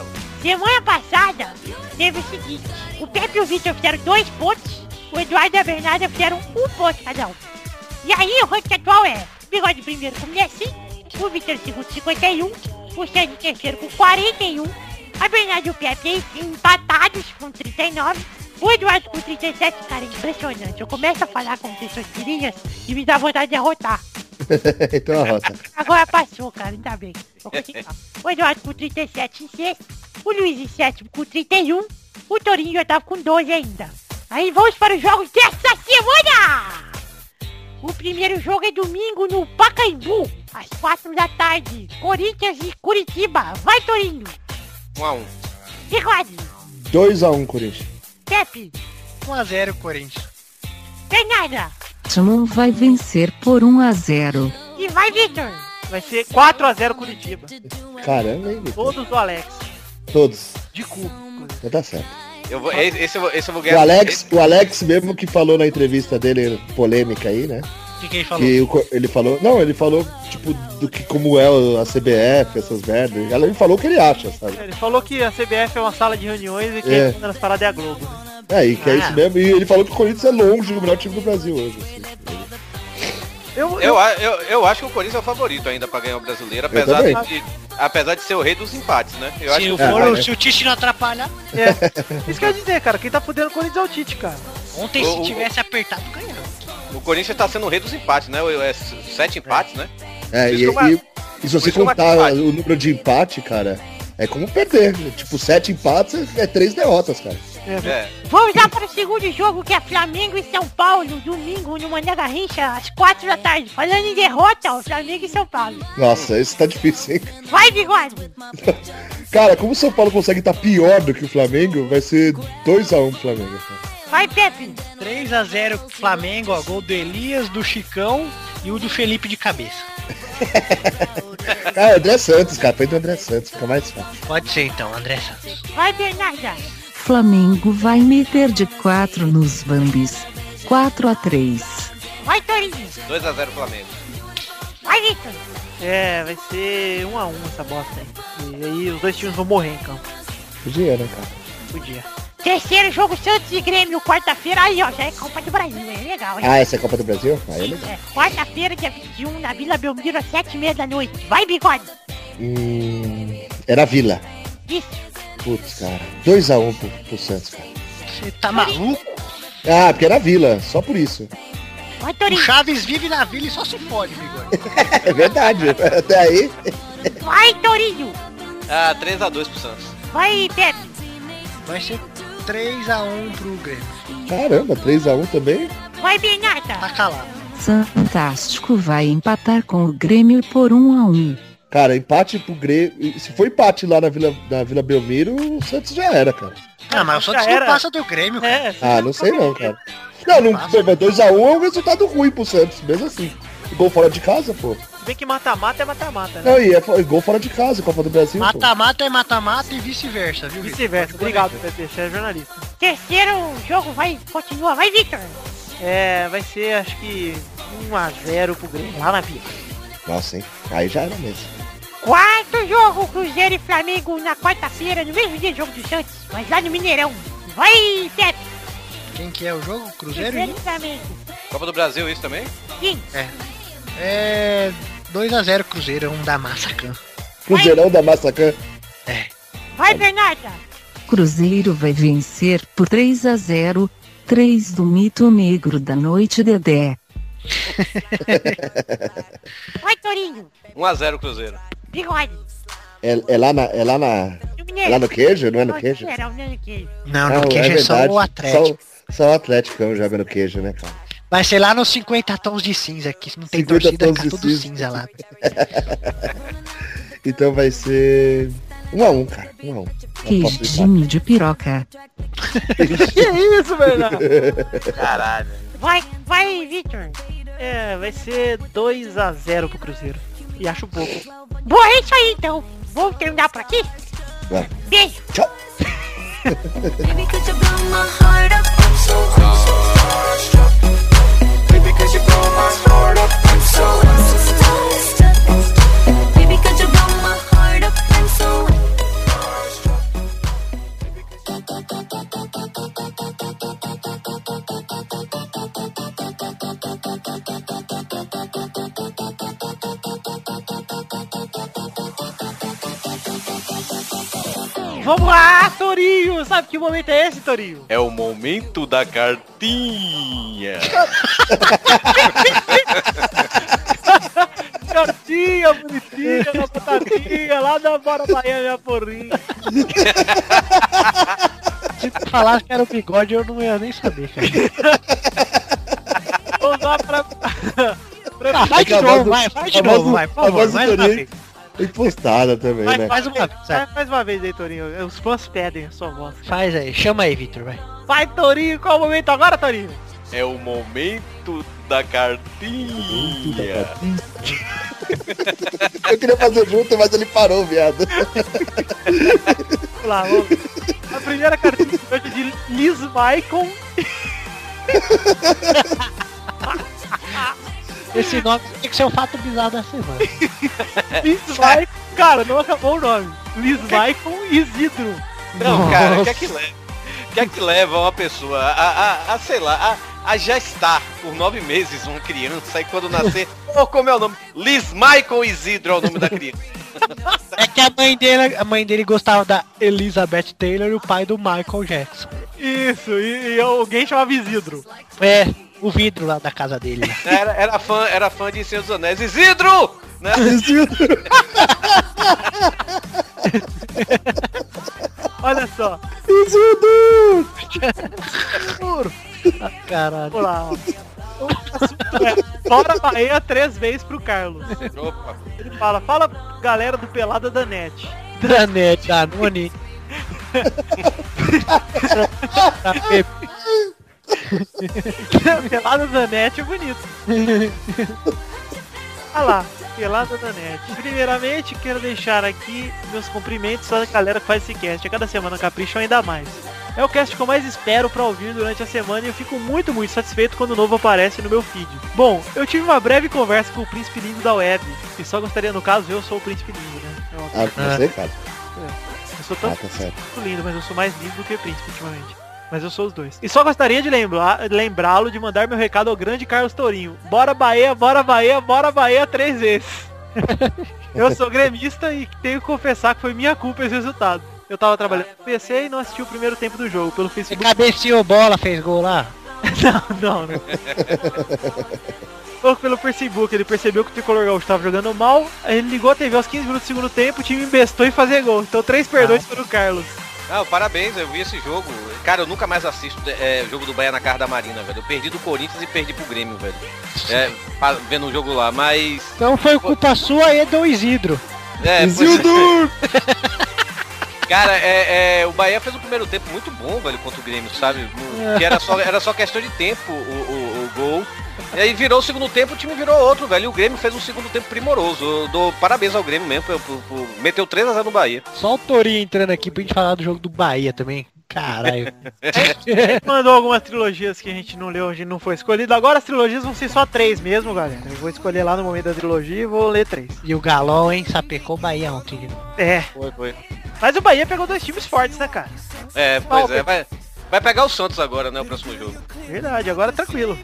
Semana passada, teve o seguinte. O Pepe e o Vitor fizeram 2 pontos. O Eduardo e a Bernarda fizeram 1 ponto cada um. E aí, o ranking atual é... Bigode primeiro com 65. O Vitor segundo com 51. O Sérgio terceiro com 41. A Bernarda e o Pepe empatados com 39. O Eduardo com 37, cara, impressionante. Eu começo a falar com pessoas tirinhas e me dá vontade de derrotar. Então arrota. Agora passou, cara, ainda bem. Vou continuar. O Eduardo com 37 em sexto. O Luiz em sétimo com 31. O Torinho já tava com 12 ainda. Aí vamos para os jogos dessa semana! O primeiro jogo é domingo no Pacaembu, às 4 da tarde. Corinthians e Curitiba. Vai, Torinho! 1-1. Bigode. 2-1, Corinthians. Pepe. 1-0 Corinthians. Bernarda. Timon vai vencer por 1-0. E vai, Vitor. Vai ser 4-0 Curitiba. Caramba, hein, Vitor? Todos do Alex. Todos. De cu. Já tá certo. Esse eu vou ganhar. O Alex mesmo que falou na entrevista dele, polêmica aí, né? O que ele falou? Ele falou, ele falou, tipo, do que como é a CBF, essas merdas. Ele falou o que ele acha, sabe? Ele falou que a CBF é uma sala de reuniões e que uma das paradas é a Globo. E que é isso mesmo. E ele falou que o Corinthians é longe o melhor time do Brasil hoje. Assim. Eu acho que o Corinthians é o favorito ainda pra ganhar o brasileiro, apesar de ser o rei dos empates, né? Se o Tite não atrapalhar. Isso quer dizer, cara, quem tá fudendo o Corinthians é o Tite, cara. Ontem, se tivesse apertado, ganhava. O Corinthians tá sendo o rei dos empates, né? 7 empates, né? E se você contar o número de empate, cara, é como perder. Tipo, 7 empates é 3 derrotas, cara. Vamos lá para o segundo jogo, que é Flamengo e São Paulo, domingo no Mané Garrincha, às 4 da tarde. Falando em derrota, o Flamengo e São Paulo. Nossa, isso tá difícil, hein? Vai, Bigode! Cara, como o São Paulo consegue estar pior do que o Flamengo, vai ser 2-1 Flamengo. Cara. Vai, Pepe! 3-0 Flamengo, ó, gol do Elias, do Chicão e o do Felipe de cabeça. Cara, André Santos, cara, foi do André Santos, fica mais fácil. Pode ser então, André Santos. Vai, Bernarda! Flamengo vai meter de 4 nos Bambis. 4-3. Vai, Torinho! 2-0 Flamengo. Vai, Vitor! Vai ser 1-1 essa bosta aí. E aí os dois times vão morrer em campo. Podia, né, cara? Podia. Terceiro jogo, Santos e Grêmio, quarta-feira. Aí, ó, já é Copa do Brasil, é legal, hein? Essa é a Copa do Brasil? Aí é legal. Quarta-feira, dia 21, na Vila Belmiro, às 7h30 da noite. Vai, Bigode! Era Vila. Isso. Putz, cara. 2-1 pro Santos, cara. Você tá maluco? Porque era Vila, só por isso. Vai, Torinho. O Chaves vive na Vila e só se fode, Bigode. É verdade, até aí. Vai, Torinho. 3-2 pro Santos. Vai, Pepe. Vai ser 3-1 pro Grêmio. Caramba, 3-1 também? Vai, Bernarda. Tá calado. Fantástico vai empatar com o Grêmio por 1-1. Cara, empate pro Grêmio. Se for empate lá na Vila Belmiro, o Santos já era, cara. Mas o Santos não passa do Grêmio, cara. Não sei não, cara. Não, 2-1 é um resultado ruim pro Santos, mesmo assim. Gol fora de casa, pô. Se bem que mata-mata é mata-mata, né? Não, e é gol fora de casa, Copa do Brasil. Mata-mata é mata-mata e vice-versa, viu? Vice-versa, obrigado, Pepe, você é jornalista. Terceiro jogo, continua, vai, Victor. Vai ser, acho que 1-0 pro Grêmio, lá na Vila. Nossa, hein? Aí já era mesmo. Quarto jogo, Cruzeiro e Flamengo na quarta-feira, no mesmo dia do jogo do Santos, mas lá no Mineirão. Vai, Pepe. Quem que é o jogo? Cruzeiro e Flamengo. Copa do Brasil, isso também? Sim. 2-0 Cruzeirão da Massacã. Cruzeirão da Massacã? Vai, Bernarda. Cruzeiro vai vencer por 3-0. 3 do mito negro da noite, Dedé. Vai, Torinho. 1-0 Cruzeiro. Bigode. É lá no queijo? Não é no queijo? Não, no queijo é só o Atlético. Só o Atlético joga no queijo, né, cara? Vai ser lá nos 50 tons de cinza, que não tem torcida, fica tudo cinza lá. Então vai ser 1-1, cara. 1-1. Queijinho de piroca. Que isso, Bernardo? Caralho. Vai, Victor. Vai ser 2-0 pro Cruzeiro. E acho pouco. Boa, é isso aí, então. Vamos terminar por aqui? Vai. Beijo. Tchau. Baby, could you blow my heart up? I'm so starstruck. Baby, could you blow my heart up? I'm so starstruck. Baby, could you blow my heart up? I'm so starstruck. Vamos lá, Torinho! Sabe que momento é esse, Torinho? É o momento da cartinha. Cartinha bonitinha, na batatinha, lá da Bora Bahia, minha porrinha. Se tu falasse que era o bigode, eu não ia nem saber, cara. Vamos lá pra... Vai de novo, vai de novo, vai, por favor, mais uma vez. Impostada também, né? Faz uma vez, sabe? Faz uma vez aí, Torinho. Os fãs pedem a sua voz. Faz aí, chama aí, Victor, vai. Vai, Torinho, qual o momento agora, Torinho? É o momento da cartinha. Eu queria fazer junto, mas ele parou, viado. Vamos lá, vamos. A primeira cartinha é de Liz Maicon. Esse nome tem que ser um fato bizarro da semana. Liz Maicon, cara, não acabou o nome. Liz Maicon Isidro. Não, cara, o que é que leva uma pessoa a sei lá, a gestar por 9 meses uma criança e quando nascer, como é o nome? Liz Michael Isidro é o nome da criança. É que a mãe dele gostava da Elizabeth Taylor e o pai do Michael Jackson. Isso, e alguém chamava Isidro. É, o vidro lá da casa dele. Né? Era fã de Senhor dos Anéis. Isidro! Né? Isidro! Olha só. Isidro! Caralho. Vamos lá, ó. Bora Bahia 3 vezes pro Carlos. Opa. Ele fala galera do Pelada da Net. Da Net, da Noni. Pelada da Net é bonito. Olha lá, Pelada da Net. Primeiramente, quero deixar aqui meus cumprimentos à galera que faz esse cast. A cada semana capricham ainda mais. É o cast que eu mais espero pra ouvir durante a semana e eu fico muito, muito satisfeito quando o novo aparece no meu feed. Bom, eu tive uma breve conversa com o príncipe lindo da web, e só gostaria, no caso, eu sou o príncipe lindo, né? Você, cara? Eu sou tão tá certo. lindo, mas eu sou mais lindo do que príncipe ultimamente. Mas eu sou os dois. E só gostaria de lembrá-lo de mandar meu recado ao grande Carlos Tourinho. Bora Bahia, bora Bahia, bora Bahia 3 vezes. Eu sou gremista e tenho que confessar que foi minha culpa esse resultado. Eu tava trabalhando no PC e não assisti o primeiro tempo do jogo pelo Facebook. Cabeceou bola, fez gol lá? Não. Pelo Facebook, ele percebeu que o Tricolor Gaúcho tava jogando mal, aí ele ligou a TV aos 15 minutos do segundo tempo, o time embestou em fazer gol. Então 3 perdões para o Carlos. Não, parabéns, eu vi esse jogo. Cara, eu nunca mais assisto jogo do Bahia na Casa da Marina, velho. Eu perdi do Corinthians e perdi pro Grêmio, velho. Vendo o jogo lá, mas... Então foi culpa sua e do Isidro. Isidro! Cara, o Bahia fez um primeiro tempo muito bom, velho, contra o Grêmio, sabe? Que era só questão de tempo o gol. E aí virou o segundo tempo, o time virou outro, velho. E o Grêmio fez um segundo tempo primoroso. Eu dou parabéns ao Grêmio mesmo, por meteu 3-0 no Bahia. Só o Torinho entrando aqui pra gente falar do jogo do Bahia também. Caralho. Mandou algumas trilogias que a gente não leu, a gente não foi escolhido. Agora as trilogias vão ser só 3 mesmo, galera. Eu vou escolher lá no momento da trilogia e vou ler 3. E o Galol, hein? Sapecou o Bahia ontem de novo. Foi. Mas o Bahia pegou 2 times fortes, né, cara? Pois é. Vai pegar o Santos agora, né, o próximo jogo. Verdade, agora tranquilo.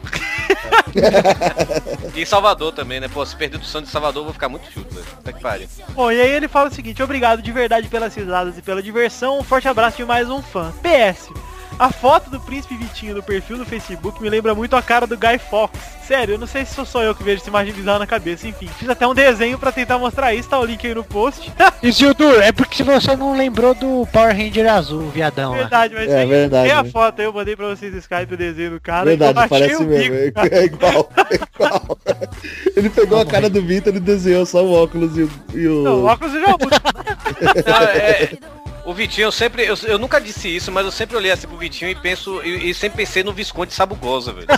E Salvador também, né? Pô, se perder do Santos e Salvador, eu vou ficar muito chuto, velho. Até que pariu. Bom, e aí ele fala o seguinte: obrigado de verdade pelas risadas e pela diversão. Um forte abraço de mais um fã. PS. A foto do Príncipe Vitinho no perfil do Facebook me lembra muito a cara do Guy Fawkes. Sério, eu não sei se sou só eu que vejo essa imagem bizarra na cabeça. Enfim, fiz até um desenho pra tentar mostrar isso, tá o link aí no post. Isildur, é porque você não lembrou do Power Ranger azul, viadão. Verdade, mas verdade. Tem a foto aí, eu mandei pra vocês no Skype o desenho do cara. Verdade, parece mesmo. É igual. Ele pegou a cara do Vitor e desenhou só o óculos e o... Não, o óculos já O Vitinho, eu nunca disse isso, mas eu sempre olhei assim pro Vitinho e sempre pensei no Visconde Sabugosa, velho.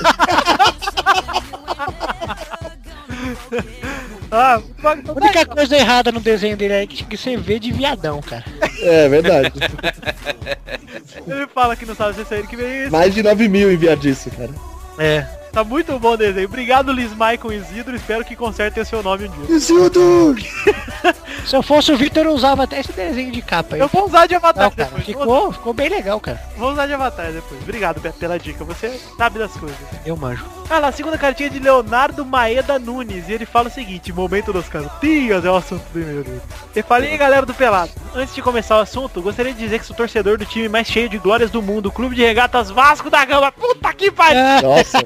A única coisa errada no desenho dele é que você vê de viadão, cara. É verdade. Ele fala que não sabe se é ele que veio isso. Mais de 9 mil enviadice, cara. Tá muito bom o desenho. Obrigado, Liz Maicon Isidro. Espero que consertem seu nome um dia. Isidro! Se eu fosse o Victor, eu usava até esse desenho de capa aí. Eu vou usar de avatar não, cara, depois. Ficou bem legal, cara. Vou usar de avatar depois. Obrigado pela dica. Você sabe das coisas. Eu manjo. Ah lá, segunda cartinha de Leonardo Maeda Nunes. E ele fala o seguinte: momento das cartinhas é o assunto do e-mail dele. Eu falei, galera do Pelado, antes de começar o assunto, gostaria de dizer que sou torcedor do time mais cheio de glórias do mundo, o Clube de Regatas Vasco da Gama. Puta que pariu! Nossa.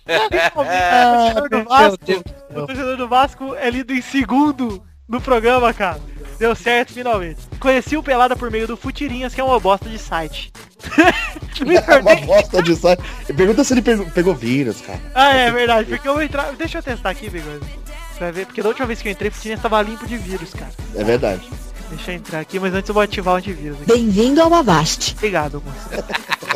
O torcedor do Vasco é lido em segundo no programa, cara. Deu certo finalmente. Conheci o Pelada por meio do Futirinhas, que é uma bosta de site. Uma bosta de site. Pergunta se ele pegou vírus, cara. Ah, é verdade, porque eu vou entrar... Deixa eu testar aqui, Bigode. Pra ver, porque da última vez que eu entrei, o Futirinhas tava limpo de vírus, cara. É verdade. Deixa eu entrar aqui, mas antes eu vou ativar o antivírus aqui. Bem-vindo ao Avast. Obrigado, moça.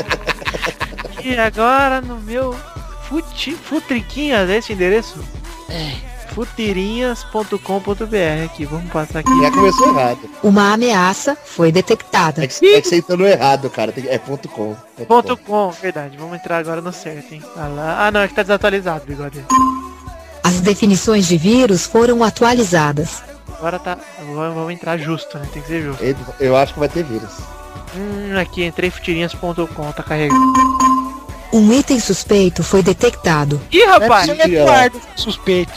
E agora no meu Futriquinhas, é esse endereço? É. Futirinhas.com.br aqui, vamos passar aqui. Já começou errado. Uma ameaça foi detectada. É que você entrou no errado, cara. É .com. .com, verdade. Vamos entrar agora no certo, hein? Ah, lá. Ah, não, é que tá desatualizado, Bigode. As definições de vírus foram atualizadas. Agora tá... Vamos entrar justo, né? Tem que ser justo. Eu acho que vai ter vírus. Aqui, entrei futirinhas.com, tá carregando. Um item suspeito foi detectado. Ih, rapaz! Eduardo suspeito.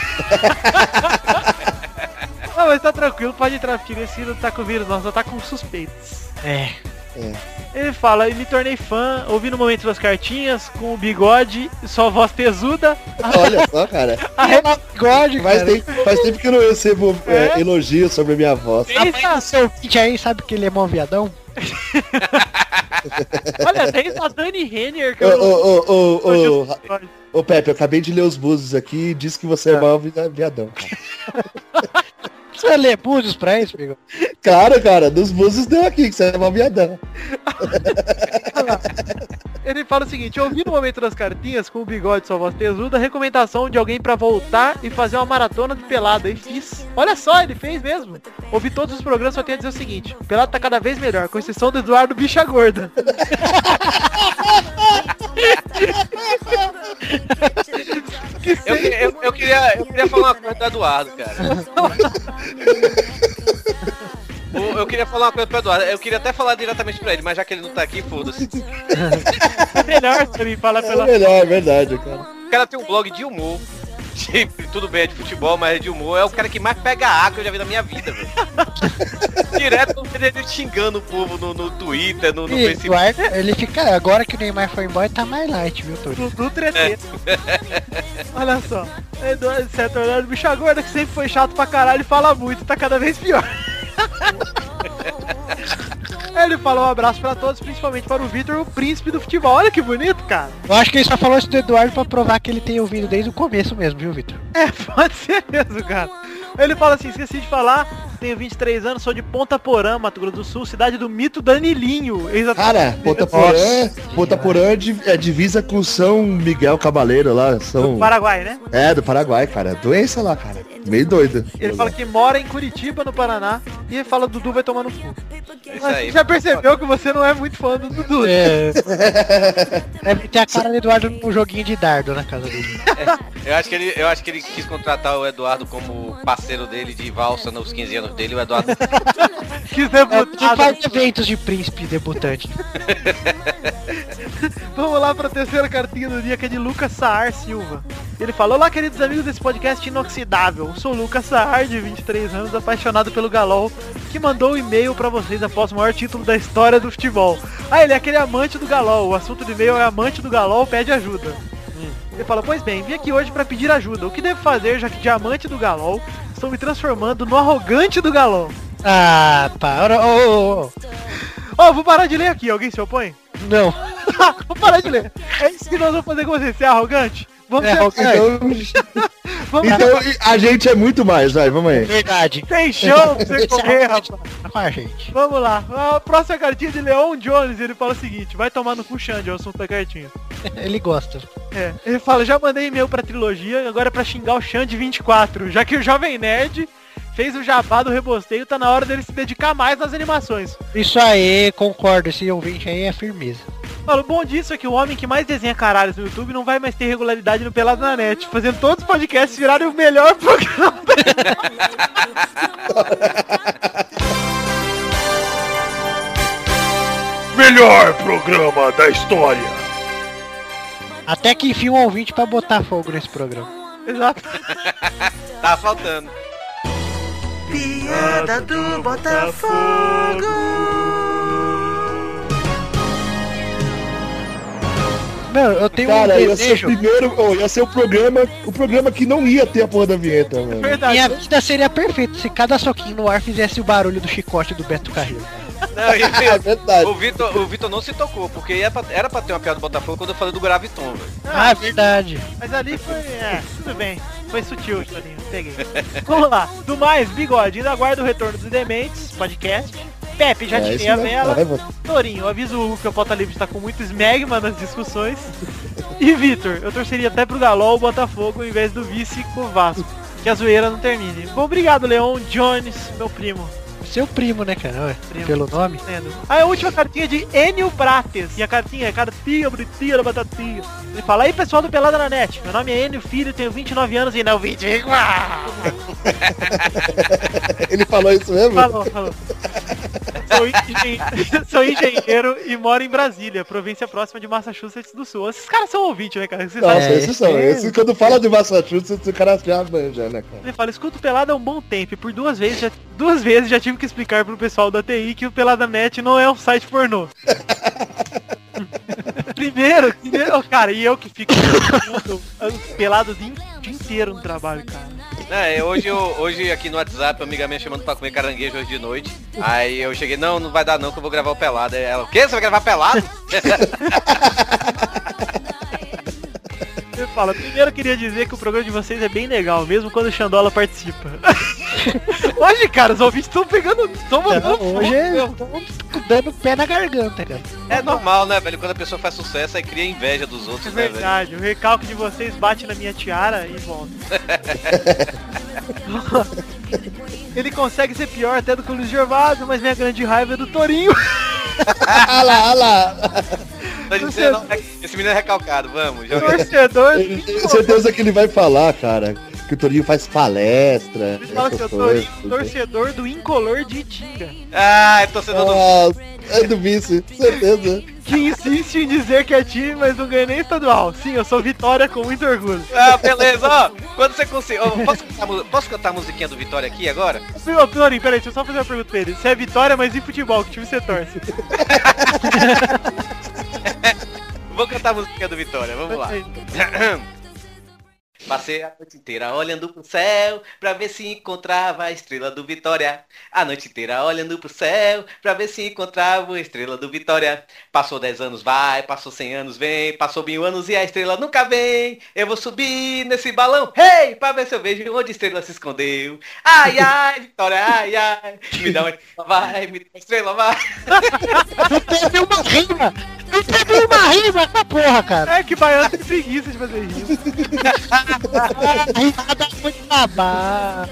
Não, mas tá tranquilo, pode entrar, porque esse não tá com vírus, não, só tá com suspeitos. É. Ele fala, e me tornei fã, ouvi no momento das cartinhas, com o Bigode, sua voz tesuda. Olha só, cara. Bigode, faz tempo que eu não recebo elogios sobre a minha voz. Rapaz, seu ouvinte aí sabe que ele é mó viadão? Olha, desde a Dani Renner que Ô Pepe, eu acabei de ler os búzios aqui e disse que você é mau viadão, cara. Você lê búzios pra isso, amigo? Claro, cara, dos búzios deu aqui, que você é mau viadão. Ele fala o seguinte, eu ouvi no momento das cartinhas, com o Bigode sua voz tesuda, a recomendação de alguém pra voltar e fazer uma maratona de Pelada, e fiz. Olha só, ele fez mesmo. Ouvi todos os programas, só tenho a dizer o seguinte, o Pelado tá cada vez melhor, com exceção do Eduardo Bicha Gorda. Eu queria falar uma coisa do Eduardo, cara. Eu queria falar uma coisa pro Eduardo. Eu queria até falar diretamente pra ele, mas já que ele não tá aqui, foda-se. É melhor se ele falar pela... É melhor, é verdade, cara. O cara tem um blog de humor. Tudo bem, é de futebol, mas é de humor. É o cara que mais pega A que eu já vi na minha vida, velho. Direto ele xingando o povo no Twitter, no Facebook. Eduardo, ele fica... Agora que o Neymar foi embora, tá mais light, viu, Tony? Do treteiro. Olha só. Eduardo Bicha Gorda, que sempre foi chato pra caralho e fala muito, tá cada vez pior. Ele falou um abraço pra todos, principalmente para o Vitor, o príncipe do futebol. Olha que bonito, cara. Eu acho que ele só falou isso do Eduardo pra provar que ele tem ouvido desde o começo mesmo, viu, Vitor? É, pode ser mesmo, cara. Ele fala assim, esqueci de falar, tenho 23 anos, sou de Ponta Porã, Mato Grosso do Sul, cidade do mito Danilinho. Cara, Ponta Porã é divisa com São Miguel Cabaleiro lá. Do Paraguai, né? É, do Paraguai, cara. Doença lá, cara. Meio doido. Ele fala que mora em Curitiba, no Paraná, e ele fala Dudu vai tomar no cu. Isso aí. Você já percebeu que você não é muito fã do Dudu. É. Deve ter a cara do Eduardo num joguinho de dardo na casa dele. Eu acho que ele quis contratar o Eduardo como parceiro dele de valsa nos 15 anos dele. O Eduardo quis debutar. Faz eventos de príncipe debutante. Vamos lá pra terceira cartinha do dia, que é de Lucas Saar Silva. Ele falou, olá queridos amigos desse podcast inoxidável, sou Lucas Saar, de 23 anos, apaixonado pelo Galol, que mandou um e-mail pra vocês após o maior título da história do futebol. Ah, ele é aquele amante do Galol, o assunto do e-mail é amante do Galol pede ajuda. Ele fala, pois bem, vim aqui hoje pra pedir ajuda, o que devo fazer já que de amante do Galol, estou me transformando no arrogante do Galol. Ah, para, vou parar de ler aqui, alguém se opõe? Não. Vou parar de ler. É isso que nós vamos fazer com você, ser arrogante? Vamos ser arrogante. Então a gente é muito mais, vai, vamos aí. Verdade. Tem chão pra você correr, rapaz. Com a gente. Vamos lá. A próxima cartinha de Leon Jones, ele fala o seguinte, vai tomar no cu Xande, é o assunto da cartinha. Ele gosta. Ele fala, já mandei e-mail pra trilogia, agora é pra xingar o Xande 24, já que o Jovem Nerd fez o jabá do rebosteio, tá na hora dele se dedicar mais nas animações. Isso aí, concordo, esse ouvinte aí é firmeza. Fala, o bom disso é que o homem que mais desenha caralhos no YouTube não vai mais ter regularidade no Pelado na Net, fazendo todos os podcasts virarem o melhor programa. Melhor programa da história. Até que enfim um ouvinte pra botar fogo nesse programa. Exato. Tá faltando. Piada Nada do Botafogo. Meu, eu tenho Cara, um ia ser desejo. o primeiro, ia ser o programa que não ia ter a porra da vinheta, mano. Minha vida seria perfeita se cada soquinho no ar fizesse o barulho do chicote do Beto Carreiro. Não, e, É verdade. o Vitor não se tocou, porque era pra ter uma piada do Botafogo quando eu falei do Graviton, velho. Ah, verdade. Mas ali foi, tudo bem. Foi sutil, Torinho, peguei. Vamos lá. Do mais, Bigode, ainda aguardo o retorno dos Dementes, podcast. Pepe, já tirei a vela. Torinho, aviso o Hugo que o Pauta Livre está com muito smegma nas discussões. E Vitor, eu torceria até pro Galol ou Botafogo em vez do vice com o Vasco. Que a zoeira não termine. Bom, obrigado, Leon Jones, meu primo. Seu primo, né, cara? Ué, Primo. pelo nome. Aí a última cartinha de Enio Prates. E a cartinha é cartinha bonitinha da batatinha. Ele fala, aí pessoal do Pelada na Net, meu nome é Enio Filho, tenho 29 anos e não 20. Ele falou isso mesmo? Falou. Sou engenheiro e moro em Brasília, província próxima de Massachusetts do Sul. Esses caras são ouvintes, né, cara? Nossa, esses são. Esses, quando fala de Massachusetts, o cara já manja, né, cara? Ele fala, escuta o Pelada há um bom tempo e por duas vezes já tive que explicar pro pessoal da TI que o Pelada Net não é um site pornô. Primeiro, cara, e eu que fico pelado o dia inteiro no trabalho, cara. Hoje aqui no WhatsApp, uma amiga minha chamando pra comer caranguejo hoje de noite. Aí eu cheguei, não vai dar não, que eu vou gravar o Pelado. Aí ela, o quê? Você vai gravar Pelado? Ele fala, primeiro eu queria dizer que o programa de vocês é bem legal, mesmo quando o Xandola participa. Hoje, cara, os ouvintes estão pegando... Hoje estão dando pé na garganta, cara. É normal, né, velho? Quando a pessoa faz sucesso, aí cria inveja dos outros, É né, velho? verdade, o recalque de vocês bate na minha tiara e volta. Ele consegue ser pior até do que o Luiz Gervásio, mas minha grande raiva é do Torinho. Olha lá. Tô dizendo, esse menino é recalcado, vamos. Joga. Torcedor. Tenho certeza que ele vai falar, cara, que o Torinho faz palestra. Ele fala que eu sou torcedor do Incolor de Itinga. Ah, é torcedor do... É do vice, certeza. Que insiste em dizer que é time, mas não ganha nem estadual. Sim, eu sou Vitória com muito orgulho. Ah, beleza, ó. Quando você conseguir... Posso cantar a musiquinha do Vitória aqui agora? Torinho, peraí, deixa eu só fazer uma pergunta pra ele. Você é Vitória, mas em futebol, que time você torce? Vou cantar a musiquinha do Vitória, vamos lá. Passei a noite inteira olhando pro céu pra ver se encontrava a estrela do Vitória. A noite inteira olhando pro céu pra ver se encontrava a estrela do Vitória. Passou 10 anos, vai, passou 100 anos, vem, passou 1000 anos e a estrela nunca vem. Eu vou subir nesse balão, hey, pra ver se eu vejo onde a estrela se escondeu. Ai, ai, Vitória, ai, ai, me dá uma estrela, vai, me dá uma estrela, vai. Não teve uma rima! Não teve uma rima essa porra, cara! É que baiano tem preguiça de fazer isso. Rimada muito babada.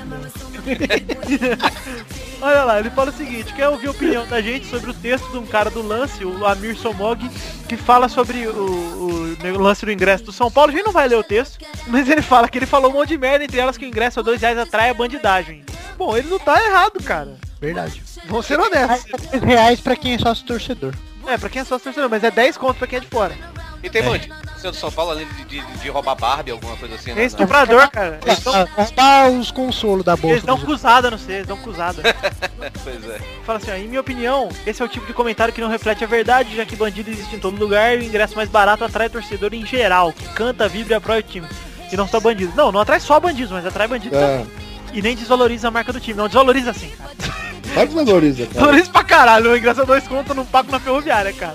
Olha lá, ele fala o seguinte, quer ouvir a opinião da gente sobre o texto de um cara do Lance, o Amir Somog, que fala sobre o lance do ingresso do São Paulo. A gente não vai ler o texto, mas ele fala que ele falou um monte de merda, entre elas que o ingresso a R$2 atrai a bandidagem. Bom, ele não tá errado, cara. Verdade. Vamos ser honestos. R$10 pra quem é sócio torcedor. É, pra quem é sócio torcedor, mas é 10 conto pra quem é de fora. E tem monte. Seu do São Paulo, além de roubar Barbie, alguma coisa assim, né? Esse comprador, cara. Roubar os consolos da bolsa. Eles dão cruzada, não sei, eles dão cruzada. Pois é. Fala assim, ó, em minha opinião, esse é o tipo de comentário que não reflete a verdade, já que bandido existe em todo lugar e o ingresso mais barato atrai torcedor em geral, que canta, vibra e apoia o time. E não só bandido. Não atrai só bandidos, mas atrai bandido também. E nem desvaloriza a marca do time. Não, desvaloriza assim, cara. Vai desvaloriza, cara. Desvaloriza pra caralho. O ingresso a 2 contos eu não pago na ferroviária, cara.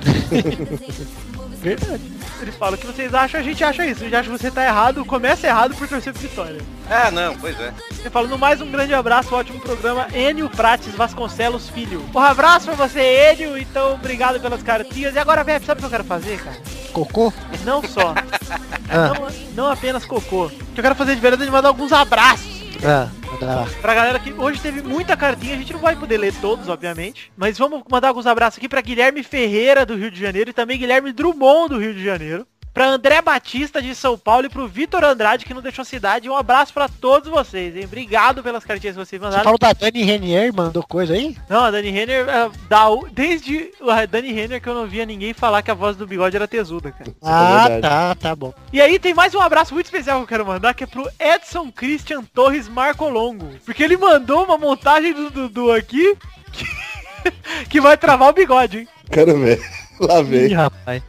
Verdade. Eles falam o que vocês acham, a gente acha isso. A gente acha que você tá errado, começa errado por torcer pro Vitória. Ah, não, pois é. Ele fala, no mais um grande abraço, ótimo programa, Enio Prates Vasconcelos Filho. Um abraço pra você, Enio, então obrigado pelas cartinhas. E agora, velho, sabe o que eu quero fazer, cara? Cocô? Não só. Não apenas cocô. O que eu quero fazer de verdade é mandar alguns abraços. Pra galera que hoje teve muita cartinha, a gente não vai poder ler todos, obviamente. Mas vamos mandar alguns abraços aqui pra Guilherme Ferreira, do Rio de Janeiro, e também Guilherme Drummond, do Rio de Janeiro. pra André Batista de São Paulo e pro Vitor Andrade, que não deixou cidade. Um abraço pra todos vocês, hein? Obrigado pelas cartinhas que vocês Você mandaram. falou da Dani Renier, mandou coisa aí? Não, a Dani Renner, desde a Dani Renner que eu não via ninguém falar que a voz do Bigode era tesuda, cara. Ah, tá bom. E aí tem mais um abraço muito especial que eu quero mandar, que é pro Edson Christian Torres Marcolongo. Porque ele mandou uma montagem do Dudu aqui que vai travar o Bigode, hein? Quero ver. Lá vem. Ih, rapaz.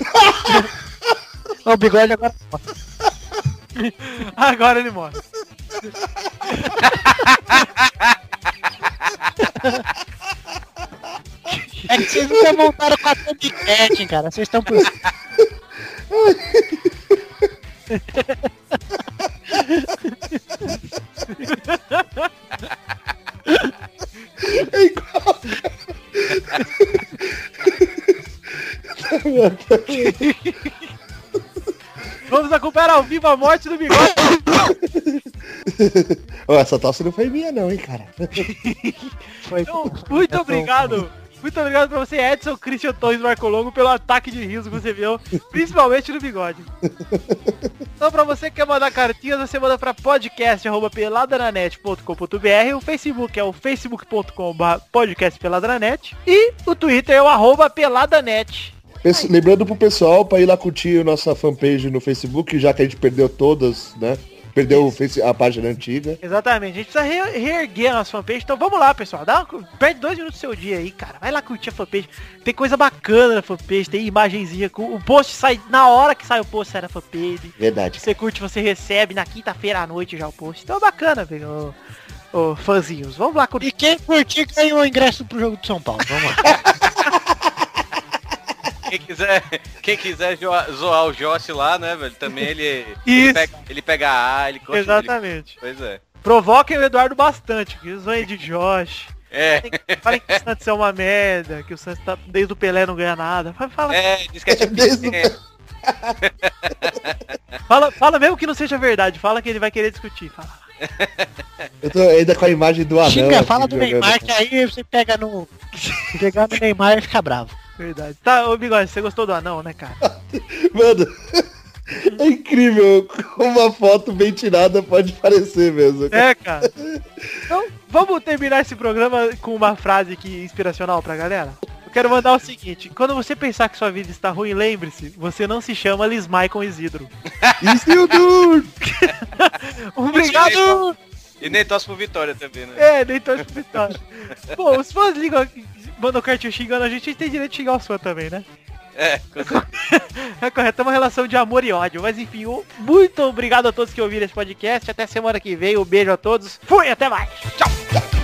O Bigode agora... Agora ele morre. É que vocês nunca montaram com a Tomcat, cara. Vocês estão por... É igual. Vamos acompanhar ao vivo a morte do Bigode. Ó, essa tosse não foi minha não, hein, cara. Então, muito obrigado. Muito obrigado pra você, Edson Christian Torres Marcolongo, pelo ataque de riso que você viu, principalmente no Bigode. Então, pra você que quer mandar cartinhas, você manda pra podcast@peladananet.com.br. O Facebook é o facebook.com/podcastpeladranet. E o Twitter é o @peladanet. Lembrando pro pessoal pra ir lá curtir a nossa fanpage no Facebook, já que a gente perdeu todas, né? Perdeu a página antiga. Exatamente, a gente precisa reerguer a nossa fanpage. Então vamos lá, pessoal. Perde 2 minutos do seu dia aí, cara. Vai lá curtir a fanpage. Tem coisa bacana na fanpage, tem imagenzinha. O post sai na hora que sai o post, sai na fanpage. Verdade. Você curte, você recebe na quinta-feira à noite já o post. Então é bacana, velho. Ô, fãzinhos, vamos lá curtir. E quem curtir ganhou o ingresso pro jogo de São Paulo. Vamos lá. Quem quiser zoar o Josh lá, né, velho? Também ele pega a A, ele curte. Exatamente. Pois é. Provoquem o Eduardo bastante, que zoem de Josh. É. Falem que o Santos é uma merda, que o Santos tá, desde o Pelé não ganha nada. Fala. Diz que é tipo fala mesmo que não seja verdade, fala que ele vai querer discutir. Fala. Eu tô ainda com a imagem do anão. Xinga, fala do jogando. Neymar, que aí você pega no... Pegar no Neymar e fica bravo. Verdade. Tá, ô Bigode, você gostou do anão, né, cara? Mano, é incrível como uma foto bem tirada pode parecer mesmo. É, cara. Então, vamos terminar esse programa com uma frase aqui inspiracional pra galera? Eu quero mandar o seguinte: quando você pensar que sua vida está ruim, lembre-se, você não se chama Lismaicon Isidro. Isildur! Obrigado! E nem torce pro Vitória também, né? É, nem torce pro Vitória. Bom, os fãs ligam, mandam cartinha xingando a gente tem direito de xingar os fãs também, né? É, com certeza. É correto, é uma relação de amor e ódio. Mas enfim, muito obrigado a todos que ouviram esse podcast. Até semana que vem, um beijo a todos. Fui, até mais. Tchau.